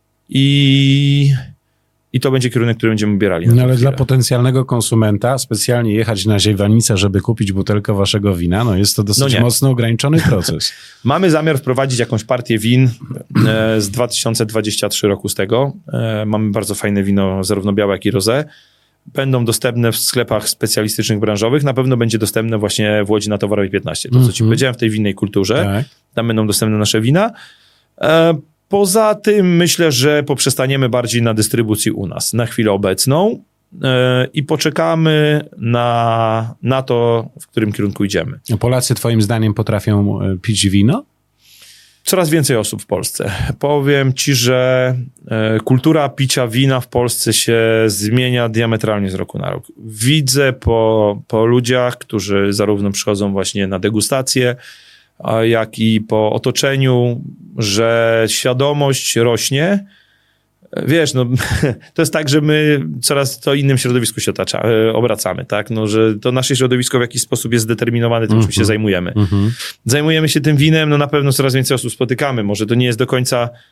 i, i to będzie kierunek, który będziemy ubierali.
No ale dla potencjalnego konsumenta specjalnie jechać na Ziejwanicę, żeby kupić butelkę waszego wina, no jest to dosyć no mocno ograniczony proces.
Mamy zamiar wprowadzić jakąś partię win e, z dwa tysiące dwudziestego trzeciego roku z tego. E, mamy bardzo fajne wino, zarówno białe, jak i rosé. Będą dostępne w sklepach specjalistycznych, branżowych. Na pewno będzie dostępne właśnie w Łodzi na Towarowej piętnaście. To, co ci mm-hmm. powiedziałem, w tej winnej kulturze. Tak. Tam będą dostępne nasze wina. E, poza tym myślę, że poprzestaniemy bardziej na dystrybucji u nas na chwilę obecną e, i poczekamy na, na to, w którym kierunku idziemy.
A Polacy twoim zdaniem potrafią pić wino?
Coraz więcej osób w Polsce. Powiem ci, że e, kultura picia wina w Polsce się zmienia diametralnie z roku na rok. Widzę po, po ludziach, którzy zarówno przychodzą właśnie na degustację, a jak i po otoczeniu, że świadomość rośnie. Wiesz, no to jest tak, że my coraz to innym środowisku się otacza, obracamy, tak? No, że to nasze środowisko w jakiś sposób jest zdeterminowane tym, mm-hmm. czym się zajmujemy. Mm-hmm. Zajmujemy się tym winem, no na pewno coraz więcej osób spotykamy. Może to nie jest do końca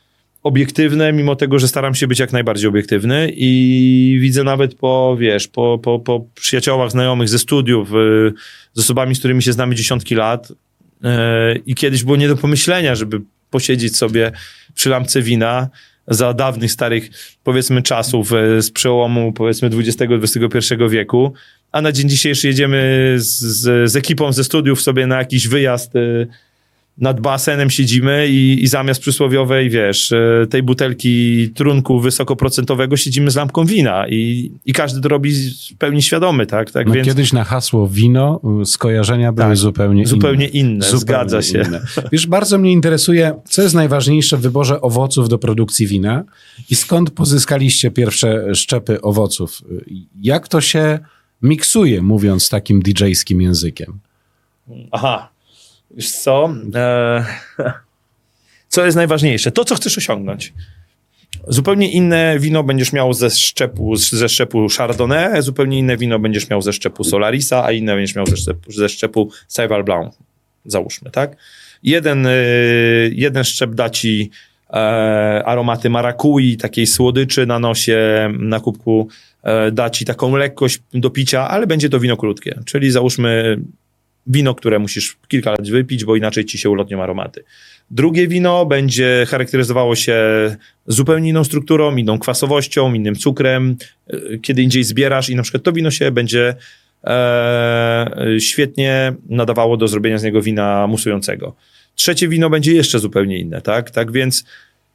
obiektywne, mimo tego, że staram się być jak najbardziej obiektywny i widzę nawet po, wiesz, po, po, po przyjaciołach, znajomych ze studiów, z osobami, z którymi się znamy dziesiątki lat i kiedyś było nie do pomyślenia, żeby posiedzieć sobie przy lampce wina za dawnych, starych, powiedzmy, czasów z przełomu, powiedzmy, dwudziestego do dwudziestego pierwszego wieku, a na dzień dzisiejszy jedziemy z, z, z ekipą ze studiów sobie na jakiś wyjazd, nad basenem siedzimy i, i zamiast przysłowiowej, wiesz, tej butelki trunku wysokoprocentowego siedzimy z lampką wina i, i każdy to robi w pełni świadomy, tak? tak
no
więc...
Kiedyś na hasło wino skojarzenia były
tak,
zupełnie,
zupełnie
inne.
inne.
Zupełnie
zgadza się.
Inne. Wiesz, bardzo mnie interesuje, co jest najważniejsze w wyborze owoców do produkcji wina i skąd pozyskaliście pierwsze szczepy owoców? Jak to się miksuje, mówiąc takim didżejskim językiem?
Aha. Wiesz co? Eee, co jest najważniejsze? To, co chcesz osiągnąć. Zupełnie inne wino będziesz miał ze szczepu, ze szczepu Chardonnay, zupełnie inne wino będziesz miał ze szczepu Solarisa, a inne będziesz miał ze szczepu, ze szczepu Sauvignon Blanc, załóżmy, tak? Jeden, jeden szczep da ci e, aromaty marakui, takiej słodyczy na nosie, na kubku, e, da ci taką lekkość do picia, ale będzie to wino krótkie, czyli załóżmy wino, które musisz kilka lat wypić, bo inaczej ci się ulotnią aromaty. Drugie wino będzie charakteryzowało się zupełnie inną strukturą, inną kwasowością, innym cukrem. Kiedy indziej zbierasz i na przykład to wino się będzie e, świetnie nadawało do zrobienia z niego wina musującego. Trzecie wino będzie jeszcze zupełnie inne, tak? Tak więc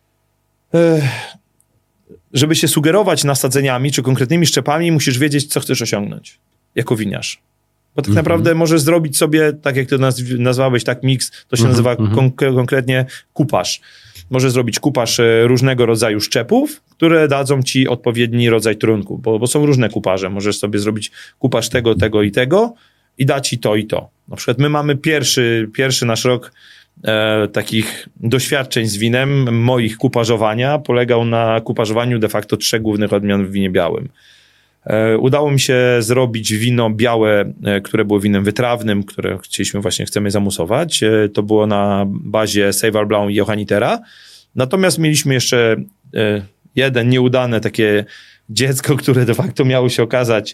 e, żeby się sugerować nasadzeniami czy konkretnymi szczepami, musisz wiedzieć, co chcesz osiągnąć jako winiarz. Bo tak mm-hmm. naprawdę możesz zrobić sobie, tak jak to nazw- nazwałeś, tak miks, to się mm-hmm. nazywa kon- konkretnie kupaż. Możesz zrobić kupaż różnego rodzaju szczepów, które dadzą ci odpowiedni rodzaj trunku, bo, bo są różne kupaże. Możesz sobie zrobić kupaż tego, tego i tego i da ci to i to. Na przykład my mamy pierwszy, pierwszy nasz rok e, takich doświadczeń z winem, moich kupażowania, polegał na kupażowaniu de facto trzech głównych odmian w winie białym. Udało mi się zrobić wino białe, które było winem wytrawnym, które chcieliśmy właśnie, chcemy zamusować. To było na bazie Sauvignon Blanc i Johannitera. Natomiast mieliśmy jeszcze jeden nieudane takie dziecko, które de facto miało się okazać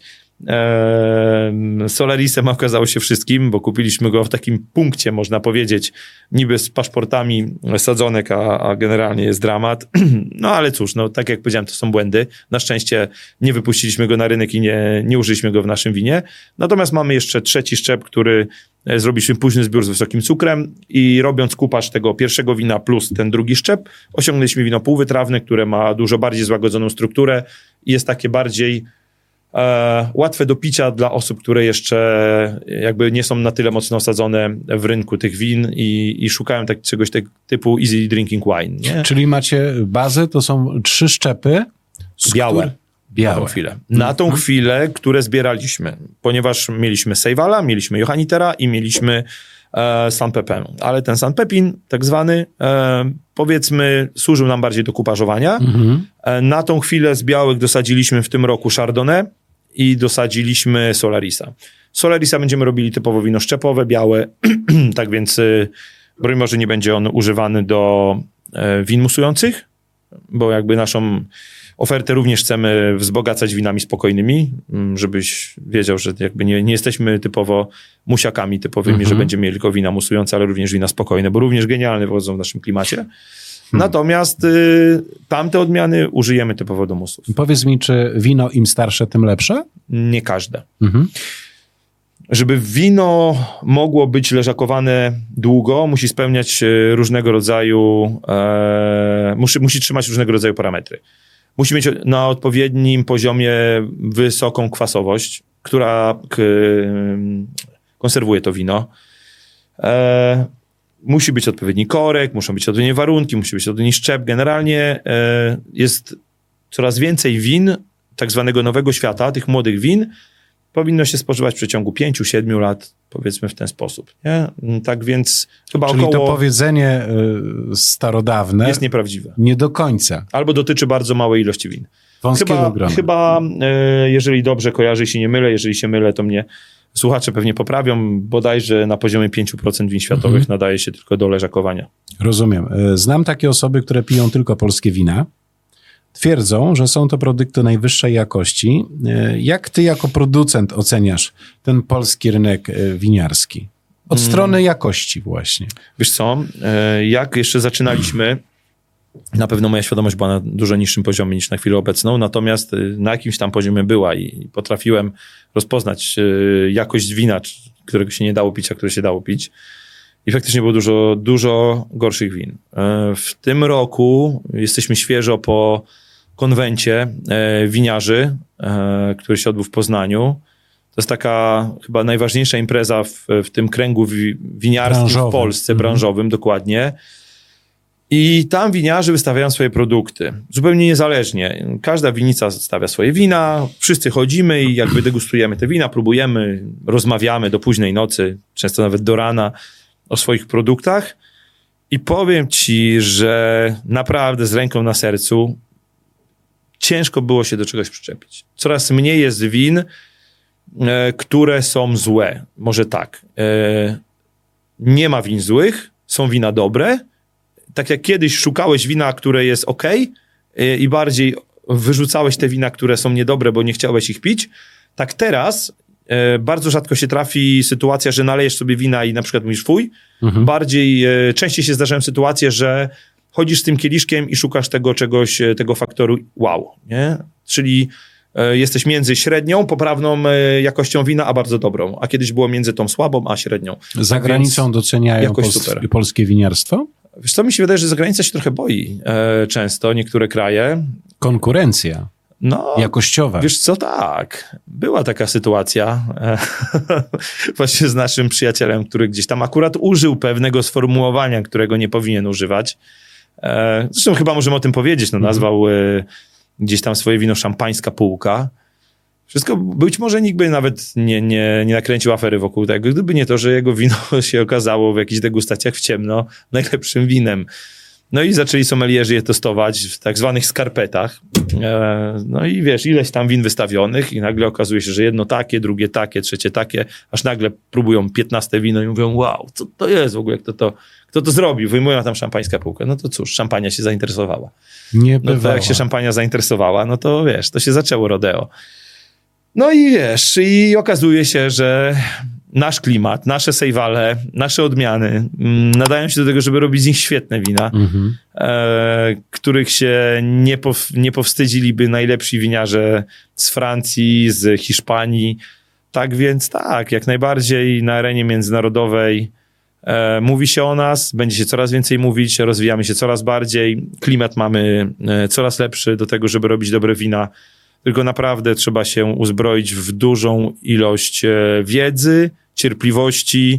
Solarisem, a okazało się wszystkim, bo kupiliśmy go w takim punkcie, można powiedzieć, niby z paszportami sadzonek, a, a generalnie jest dramat. No ale cóż, no tak jak powiedziałem, to są błędy. Na szczęście nie wypuściliśmy go na rynek i nie, nie użyliśmy go w naszym winie. Natomiast mamy jeszcze trzeci szczep, który zrobiliśmy późny zbiór z wysokim cukrem i robiąc kupaż tego pierwszego wina plus ten drugi szczep, osiągnęliśmy wino półwytrawne, które ma dużo bardziej złagodzoną strukturę i jest takie bardziej E, łatwe do picia dla osób, które jeszcze jakby nie są na tyle mocno osadzone w rynku tych win i, i szukają tak, czegoś tak, typu easy drinking wine. Nie?
Czyli macie bazę, to są trzy szczepy.
Białe.
Który... Białe.
Na tą chwilę. Na tą chwilę, które zbieraliśmy, ponieważ mieliśmy Sejwala, mieliśmy Johannitera i mieliśmy e, San Pepin. Ale ten San Pepin, tak zwany, e, powiedzmy, służył nam bardziej do kupażowania. Mhm. E, na tą chwilę z białych dosadziliśmy w tym roku Chardonnay i dosadziliśmy Solarisa. Solarisa będziemy robili typowo wino szczepowe, białe, tak więc y, broń może nie będzie on używany do y, win musujących, bo jakby naszą ofertę również chcemy wzbogacać winami spokojnymi, żebyś wiedział, że jakby nie, nie jesteśmy typowo musiakami typowymi, mhm. że będziemy mieli tylko wina musujące, ale również wina spokojne, bo również genialne wychodzą w naszym klimacie. Hmm. Natomiast y, tamte odmiany użyjemy typowo do musów.
Powiedz mi, czy wino im starsze, tym lepsze?
Nie każde. Mhm. Żeby wino mogło być leżakowane długo, musi spełniać różnego rodzaju, e, musi, musi trzymać różnego rodzaju parametry. Musi mieć na odpowiednim poziomie wysoką kwasowość, która k, konserwuje to wino. E, musi być odpowiedni korek, muszą być odpowiednie warunki, musi być odpowiedni szczep. Generalnie e, jest coraz więcej win tak zwanego nowego świata, tych młodych win, powinno się spożywać w przeciągu pięciu, siedmiu lat, powiedzmy w ten sposób. Nie? Tak więc chyba
Czyli
około...
to powiedzenie y, starodawne
jest nieprawdziwe.
Nie do końca.
Albo dotyczy bardzo małej ilości win.
Wąskiego
chyba,
grona.
Chyba, y, jeżeli dobrze kojarzę, się nie mylę, jeżeli się mylę, to mnie słuchacze pewnie poprawią, bodajże na poziomie pięć procent win światowych mhm. nadaje się tylko do leżakowania.
Rozumiem. Znam takie osoby, które piją tylko polskie wina. Twierdzą, że są to produkty najwyższej jakości. Jak ty jako producent oceniasz ten polski rynek winiarski? Od hmm. strony jakości właśnie.
Wiesz co, jak jeszcze zaczynaliśmy, na pewno moja świadomość była na dużo niższym poziomie niż na chwilę obecną, natomiast na jakimś tam poziomie była i potrafiłem rozpoznać jakość wina, którego się nie dało pić, a które się dało pić. I faktycznie było dużo, dużo gorszych win. W tym roku jesteśmy świeżo po konwencie winiarzy, który się odbył w Poznaniu. To jest taka chyba najważniejsza impreza w, w tym kręgu wi- winiarskim Branżowy. w Polsce, mhm. branżowym dokładnie. I tam winiarze wystawiają swoje produkty, zupełnie niezależnie. Każda winnica stawia swoje wina, wszyscy chodzimy i jakby degustujemy te wina, próbujemy, rozmawiamy do późnej nocy, często nawet do rana o swoich produktach. I powiem ci, że naprawdę z ręką na sercu ciężko było się do czegoś przyczepić. Coraz mniej jest win, e, które są złe. Może tak. E, nie ma win złych, są wina dobre. Tak jak kiedyś szukałeś wina, które jest ok e, i bardziej wyrzucałeś te wina, które są niedobre, bo nie chciałeś ich pić, tak teraz e, bardzo rzadko się trafi sytuacja, że nalejesz sobie wina i na przykład mówisz fuj. Mhm. Bardziej, e, częściej się zdarzają sytuacje, że chodzisz z tym kieliszkiem i szukasz tego czegoś, tego faktoru wow, nie? Czyli e, jesteś między średnią, poprawną e, jakością wina, a bardzo dobrą. A kiedyś było między tą słabą, a średnią.
Za tak granicą doceniają pols- polskie winiarstwo?
Wiesz co, mi się wydaje, że zagranica się trochę boi e, często, niektóre kraje.
Konkurencja. No, jakościowa.
Wiesz co, tak. Była taka sytuacja e, właśnie z naszym przyjacielem, który gdzieś tam akurat użył pewnego sformułowania, którego nie powinien używać. E, zresztą chyba możemy o tym powiedzieć. No, nazwał e, gdzieś tam swoje wino szampańska półka. Wszystko, być może nikt by nawet nie, nie, nie nakręcił afery wokół tego, gdyby nie to, że jego wino się okazało w jakichś degustacjach w ciemno najlepszym winem. No i zaczęli sommelierzy je testować w tak zwanych skarpetach. E, no i wiesz, ileś tam win wystawionych i nagle okazuje się, że jedno takie, drugie takie, trzecie takie, aż nagle próbują piętnaste wino i mówią, wow, co to jest w ogóle, kto to, kto to zrobił? Wyjmują tam szampańska półkę. No to cóż, szampania się zainteresowała.
Nie
no to jak się szampania zainteresowała, no to wiesz, to się zaczęło rodeo. No i wiesz, i okazuje się, że nasz klimat, nasze sejwale, nasze odmiany mm, nadają się do tego, żeby robić z nich świetne wina, mm-hmm. e, których się nie, pow, nie powstydziliby najlepsi winiarze z Francji, z Hiszpanii. Tak więc tak, jak najbardziej na arenie międzynarodowej e, mówi się o nas, będzie się coraz więcej mówić, rozwijamy się coraz bardziej, klimat mamy e, coraz lepszy do tego, żeby robić dobre wina. Tylko naprawdę trzeba się uzbroić w dużą ilość e, wiedzy, cierpliwości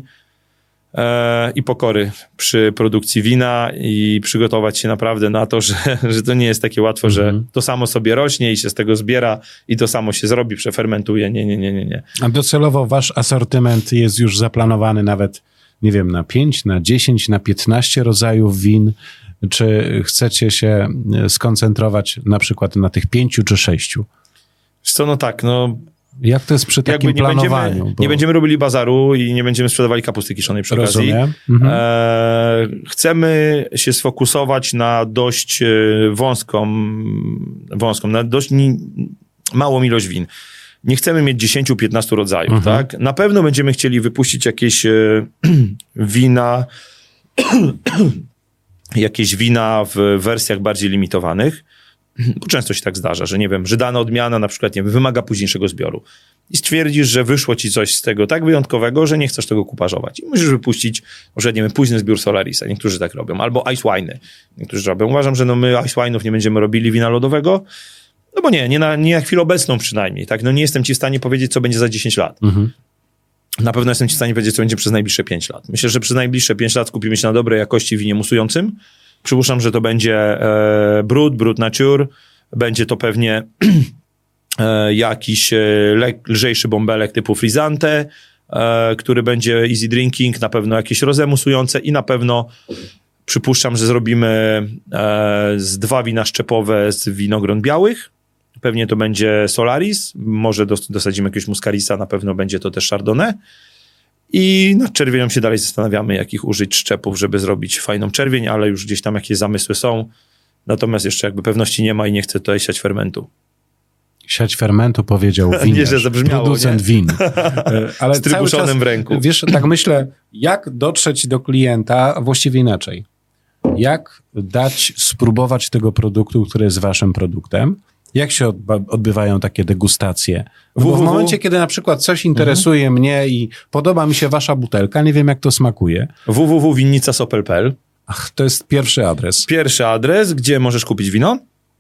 e, i pokory przy produkcji wina i przygotować się naprawdę na to, że, że to nie jest takie łatwo, mm-hmm. że to samo sobie rośnie i się z tego zbiera i to samo się zrobi, przefermentuje. Nie, nie, nie, nie, nie.
A docelowo wasz asortyment jest już zaplanowany nawet, nie wiem, na pięć, na dziesięć, na piętnaście rodzajów win. Czy chcecie się skoncentrować na przykład na tych pięciu czy sześciu?
Wiesz co, no tak, no...
Jak to jest przy takim
nie
planowaniu?
Będziemy,
bo...
Nie będziemy robili bazaru i nie będziemy sprzedawali kapusty kiszonej przy okazji. Mhm. E, chcemy się sfokusować na dość wąską, wąską na dość ni, małą ilość win. Nie chcemy mieć dziesięć do piętnastu rodzajów, mhm. tak? Na pewno będziemy chcieli wypuścić jakieś e, wina... jakieś wina w wersjach bardziej limitowanych, bo często się tak zdarza, że nie wiem, że dana odmiana na przykład nie wiem, wymaga późniejszego zbioru i stwierdzisz, że wyszło ci coś z tego tak wyjątkowego, że nie chcesz tego kuparzować i musisz wypuścić, może nie wiem, późny zbiór Solarisa, niektórzy tak robią, albo ice wine'y, niektórzy robią. Uważam, że no my ice wine'ów nie będziemy robili wina lodowego, no bo nie, nie na, nie na chwilę obecną przynajmniej, tak, no nie jestem ci w stanie powiedzieć, co będzie za dziesięć lat. Mhm. Na pewno jestem ci w stanie powiedzieć, co będzie przez najbliższe pięć lat. Myślę, że przez najbliższe pięć lat skupimy się na dobrej jakości winie musującym. Przypuszczam, że to będzie e, Brut, Brut Nature. Będzie to pewnie e, jakiś e, le, lżejszy bąbelek typu Frisante, e, który będzie easy drinking. Na pewno jakieś rosé musujące i na pewno przypuszczam, że zrobimy e, z dwa wina szczepowe z winogron białych. Pewnie to będzie Solaris, może dosadzimy jakiegoś Muscarisa, na pewno będzie to też Chardonnay. I nad czerwienią się dalej zastanawiamy, jakich użyć szczepów, żeby zrobić fajną czerwień, ale już gdzieś tam jakieś zamysły są. Natomiast jeszcze jakby pewności nie ma i nie chcę tutaj siać fermentu.
Siać fermentu powiedział winiarz, nie, że zabrzmiało, producent nie? win. Ale
z trybuszonem w ręku.
Wiesz, tak myślę, jak dotrzeć do klienta, a właściwie inaczej. Jak dać spróbować tego produktu, który jest waszym produktem? Jak się odbywają takie degustacje? Bo w momencie, kiedy na przykład coś interesuje mhm. mnie i podoba mi się wasza butelka, nie wiem jak to smakuje.
w w w kropka winnica kropka sopel kropka p l.
Ach, to jest pierwszy adres.
Pierwszy adres, gdzie możesz kupić wino.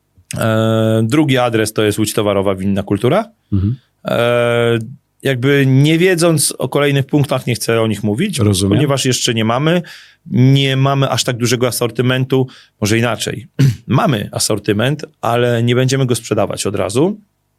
E, drugi adres to jest Łódź Towarowa Winna Kultura. Mhm. E, jakby nie wiedząc o kolejnych punktach, nie chcę o nich mówić, Rozumiem. Ponieważ jeszcze nie mamy, nie mamy aż tak dużego asortymentu, może inaczej. Mamy asortyment, ale nie będziemy go sprzedawać od razu.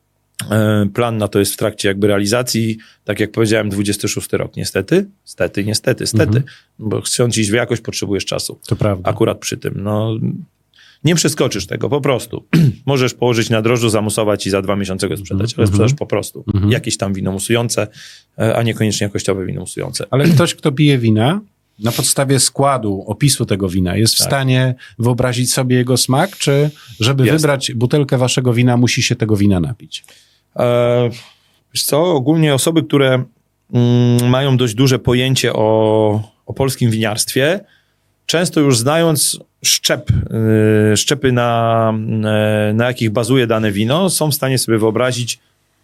E, plan na to jest w trakcie jakby realizacji, tak jak powiedziałem, dwudziesty szósty rok, niestety, stety, niestety, stety, mhm. bo chcąc iść w jakość, potrzebujesz czasu.
To prawda.
Akurat przy tym, no... Nie przeskoczysz tego, po prostu. Możesz położyć na drożdżu, zamusować i za dwa miesiące go sprzedać, ale sprzedasz po prostu. Mm-hmm. Jakieś tam wino musujące, a niekoniecznie jakościowe wino musujące.
Ale ktoś, kto pije wina, na podstawie składu, opisu tego wina, jest tak. w stanie wyobrazić sobie jego smak, czy żeby jest. wybrać butelkę waszego wina, musi się tego wina napić?
E, wiesz co, ogólnie osoby, które mm, mają dość duże pojęcie o, o polskim winiarstwie, często już znając szczep, yy, szczepy, na, yy, na jakich bazuje dane wino, są w stanie sobie wyobrazić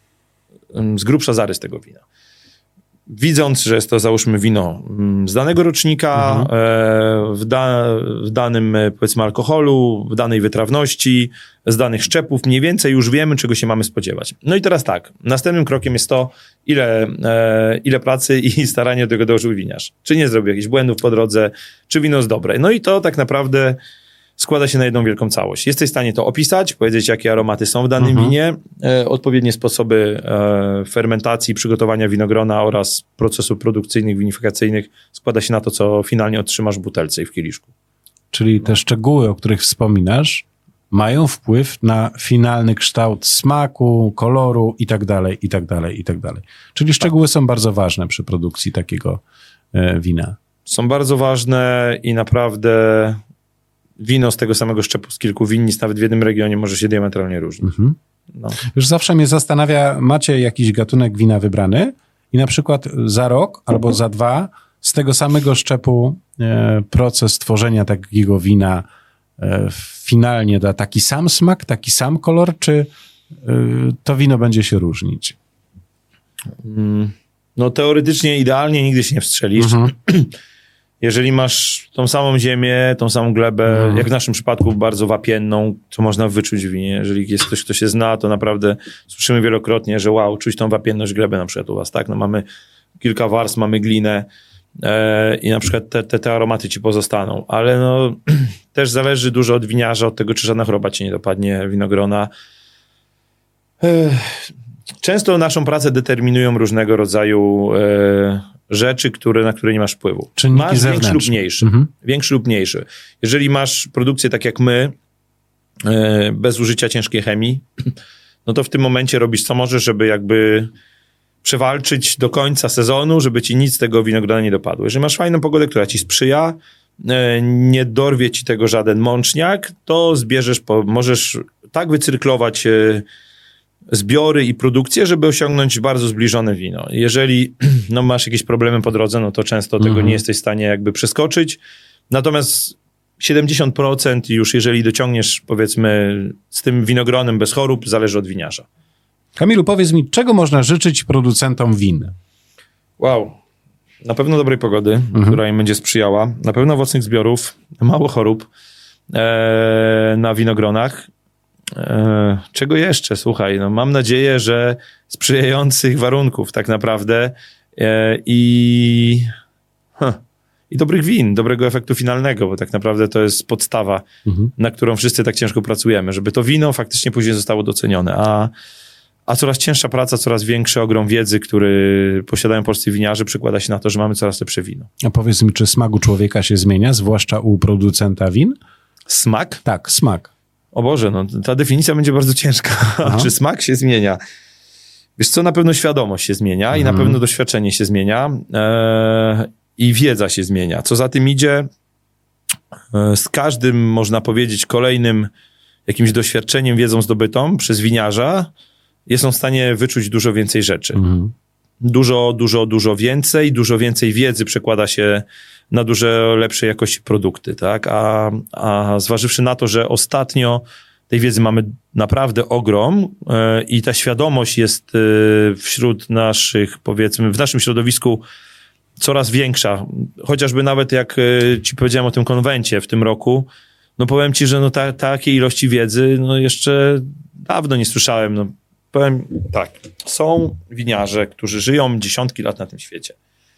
yy, z grubsza zarys tego wina. Widząc, że jest to załóżmy wino z danego rocznika, mhm. yy, w, da, w danym powiedzmy alkoholu, w danej wytrawności, z danych szczepów, mniej więcej już wiemy, czego się mamy spodziewać. No i teraz tak, następnym krokiem jest to, ile, e, ile pracy i starania do tego dołożył winiarz. Czy nie zrobił jakichś błędów po drodze, czy wino jest dobre. No i to tak naprawdę składa się na jedną wielką całość. Jesteś w stanie to opisać, powiedzieć, jakie aromaty są w danym mhm. winie, e, odpowiednie sposoby e, fermentacji, przygotowania winogrona oraz procesów produkcyjnych, winifikacyjnych składa się na to, co finalnie otrzymasz w butelce i w kieliszku.
Czyli te szczegóły, o których wspominasz, mają wpływ na finalny kształt smaku, koloru i tak dalej, i tak dalej, i tak dalej. Czyli szczegóły są bardzo ważne przy produkcji takiego e, wina.
Są bardzo ważne i naprawdę wino z tego samego szczepu z kilku winnic, nawet w jednym regionie może się diametralnie różnić. Mhm.
No. Już zawsze mnie zastanawia, macie jakiś gatunek wina wybrany i na przykład za rok albo za dwa z tego samego szczepu e, proces tworzenia takiego wina finalnie da taki sam smak, taki sam kolor, czy to wino będzie się różnić?
No teoretycznie, idealnie nigdy się nie wstrzelisz. Mhm. Jeżeli masz tą samą ziemię, tą samą glebę, mhm. jak w naszym przypadku bardzo wapienną, co można wyczuć w winie. Jeżeli jest ktoś, kto się zna, to naprawdę słyszymy wielokrotnie, że wow, czuć tą wapienność gleby na przykład u was, tak? No mamy kilka warstw, mamy glinę, i na przykład te, te, te aromaty ci pozostaną, ale no też zależy dużo od winiarza, od tego, czy żadna choroba ci nie dopadnie winogrona. Często naszą pracę determinują różnego rodzaju rzeczy, które, na które nie masz wpływu.
Czynniki
masz
zewnętrzne.
Większy lub mniejszy. Mhm. Większy lub mniejszy. Jeżeli masz produkcję tak jak my, bez użycia ciężkiej chemii, no to w tym momencie robisz co możesz, żeby jakby przewalczyć do końca sezonu, żeby ci nic z tego winogrona nie dopadło. Jeżeli masz fajną pogodę, która ci sprzyja, nie dorwie ci tego żaden mączniak, to zbierzesz, po, możesz tak wycyrklować zbiory i produkcję, żeby osiągnąć bardzo zbliżone wino. Jeżeli no, masz jakieś problemy po drodze, no to często mhm. tego nie jesteś w stanie jakby przeskoczyć. Natomiast siedemdziesiąt procent już jeżeli dociągniesz powiedzmy z tym winogronem bez chorób, zależy od winiarza.
Kamilu, powiedz mi, czego można życzyć producentom win?
Wow. Na pewno dobrej pogody, mhm. która im będzie sprzyjała. Na pewno owocnych zbiorów, mało chorób e, na winogronach. E, czego jeszcze? Słuchaj, no mam nadzieję, że sprzyjających warunków tak naprawdę e, i, huh, i dobrych win, dobrego efektu finalnego, bo tak naprawdę to jest podstawa, mhm. na którą wszyscy tak ciężko pracujemy, żeby to wino faktycznie później zostało docenione. A A coraz cięższa praca, coraz większy ogrom wiedzy, który posiadają polscy winiarze, przekłada się na to, że mamy coraz lepsze wino.
A powiedz mi, czy smak u człowieka się zmienia, zwłaszcza u producenta win?
Smak?
Tak, smak.
O Boże, no ta definicja będzie bardzo ciężka. Czy smak się zmienia? Wiesz co, na pewno świadomość się zmienia mhm. i na pewno doświadczenie się zmienia e, i wiedza się zmienia. Co za tym idzie, e, z każdym, można powiedzieć, kolejnym jakimś doświadczeniem, wiedzą zdobytą przez winiarza, jest on w stanie wyczuć dużo więcej rzeczy. Mhm. Dużo, dużo, dużo więcej, dużo więcej wiedzy przekłada się na dużo lepszej jakości produkty, tak? A, a zważywszy na to, że ostatnio tej wiedzy mamy naprawdę ogrom yy, i ta świadomość jest yy, wśród naszych, powiedzmy, w naszym środowisku coraz większa. Chociażby nawet jak yy, ci powiedziałem o tym konwencie w tym roku, no powiem ci, że no ta, takiej ilości wiedzy no jeszcze dawno nie słyszałem. No, powiem tak, są winiarze, którzy żyją dziesiątki lat na tym świecie,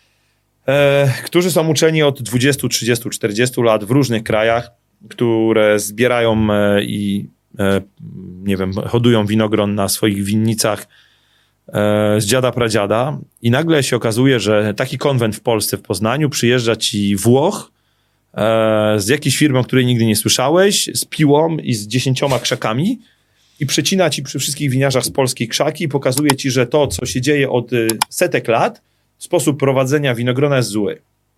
e, którzy są uczeni od dwudziestu, trzydziestu, czterdziestu lat w różnych krajach, które zbierają e, i e, nie wiem, hodują winogron na swoich winnicach e, z dziada pradziada i nagle się okazuje, że taki konwent w Polsce, w Poznaniu przyjeżdża ci Włoch e, z jakiejś firmy, o której nigdy nie słyszałeś, z piłą i z dziesięcioma krzakami i przecina ci przy wszystkich winiarzach z Polski krzaki i pokazuje ci, że to, co się dzieje od setek lat, sposób prowadzenia winogrona jest zły.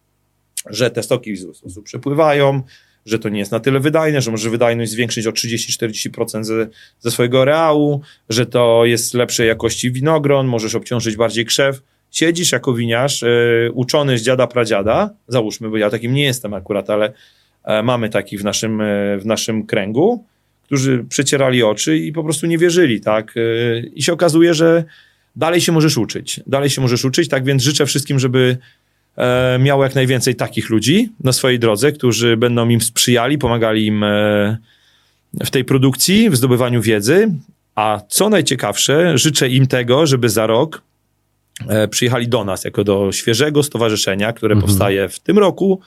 Że te stoki w zły sposób przepływają, że to nie jest na tyle wydajne, że może wydajność zwiększyć o trzydzieści do czterdziestu procent ze, ze swojego areału, że to jest lepszej jakości winogron, możesz obciążyć bardziej krzew. Siedzisz jako winiarz, yy, uczony z dziada pradziada, załóżmy, bo ja takim nie jestem akurat, ale yy, mamy takich w naszym, yy, w naszym kręgu, którzy przecierali oczy i po prostu nie wierzyli, tak? Yy, I się okazuje, że dalej się możesz uczyć. Dalej się możesz uczyć, tak więc życzę wszystkim, żeby e, miało jak najwięcej takich ludzi na swojej drodze, którzy będą im sprzyjali, pomagali im e, w tej produkcji, w zdobywaniu wiedzy, a co najciekawsze, życzę im tego, żeby za rok e, przyjechali do nas jako do świeżego stowarzyszenia, które mhm. powstaje w tym roku,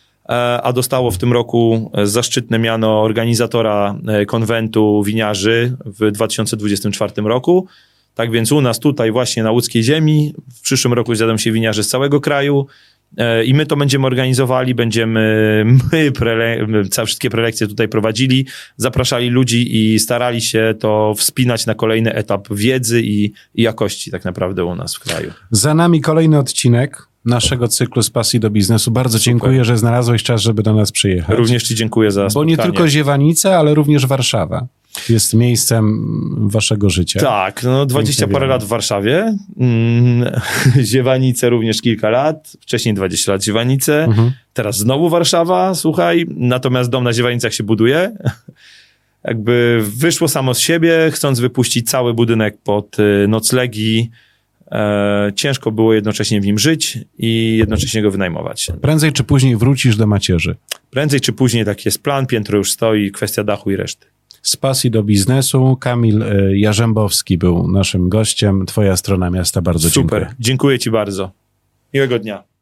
a dostało w tym roku zaszczytne miano organizatora konwentu winiarzy w dwa tysiące dwudziestym czwartym roku. Tak więc u nas tutaj właśnie na łódzkiej ziemi w przyszłym roku zjadą się winiarze z całego kraju i my to będziemy organizowali, będziemy my prele- wszystkie prelekcje tutaj prowadzili, zapraszali ludzi i starali się to wspinać na kolejny etap wiedzy i, i jakości tak naprawdę u nas w kraju.
Za nami kolejny odcinek naszego cyklu z pasji do biznesu. Bardzo Super. Dziękuję, że znalazłeś czas, żeby do nas przyjechać.
Również ci dziękuję za spotkanie.
Bo nie tylko Ziewanice, ale również Warszawa jest miejscem waszego życia.
Tak, no dwadzieścia parę lat w Warszawie. Mm, Ziewanice również kilka lat. Wcześniej dwadzieścia lat Ziewanice. Mhm. Teraz znowu Warszawa, słuchaj. Natomiast dom na Ziewanicach się buduje. Jakby wyszło samo z siebie, chcąc wypuścić cały budynek pod noclegi. E, ciężko było jednocześnie w nim żyć i jednocześnie go wynajmować.
Prędzej czy później wrócisz do macierzy?
Prędzej czy później taki jest plan, piętro już stoi, kwestia dachu i reszty.
Z pasji do biznesu Kamil Jarzębowski był naszym gościem. Twoja strona miasta, bardzo
Super.
dziękuję.
Dziękuję ci bardzo. Miłego dnia.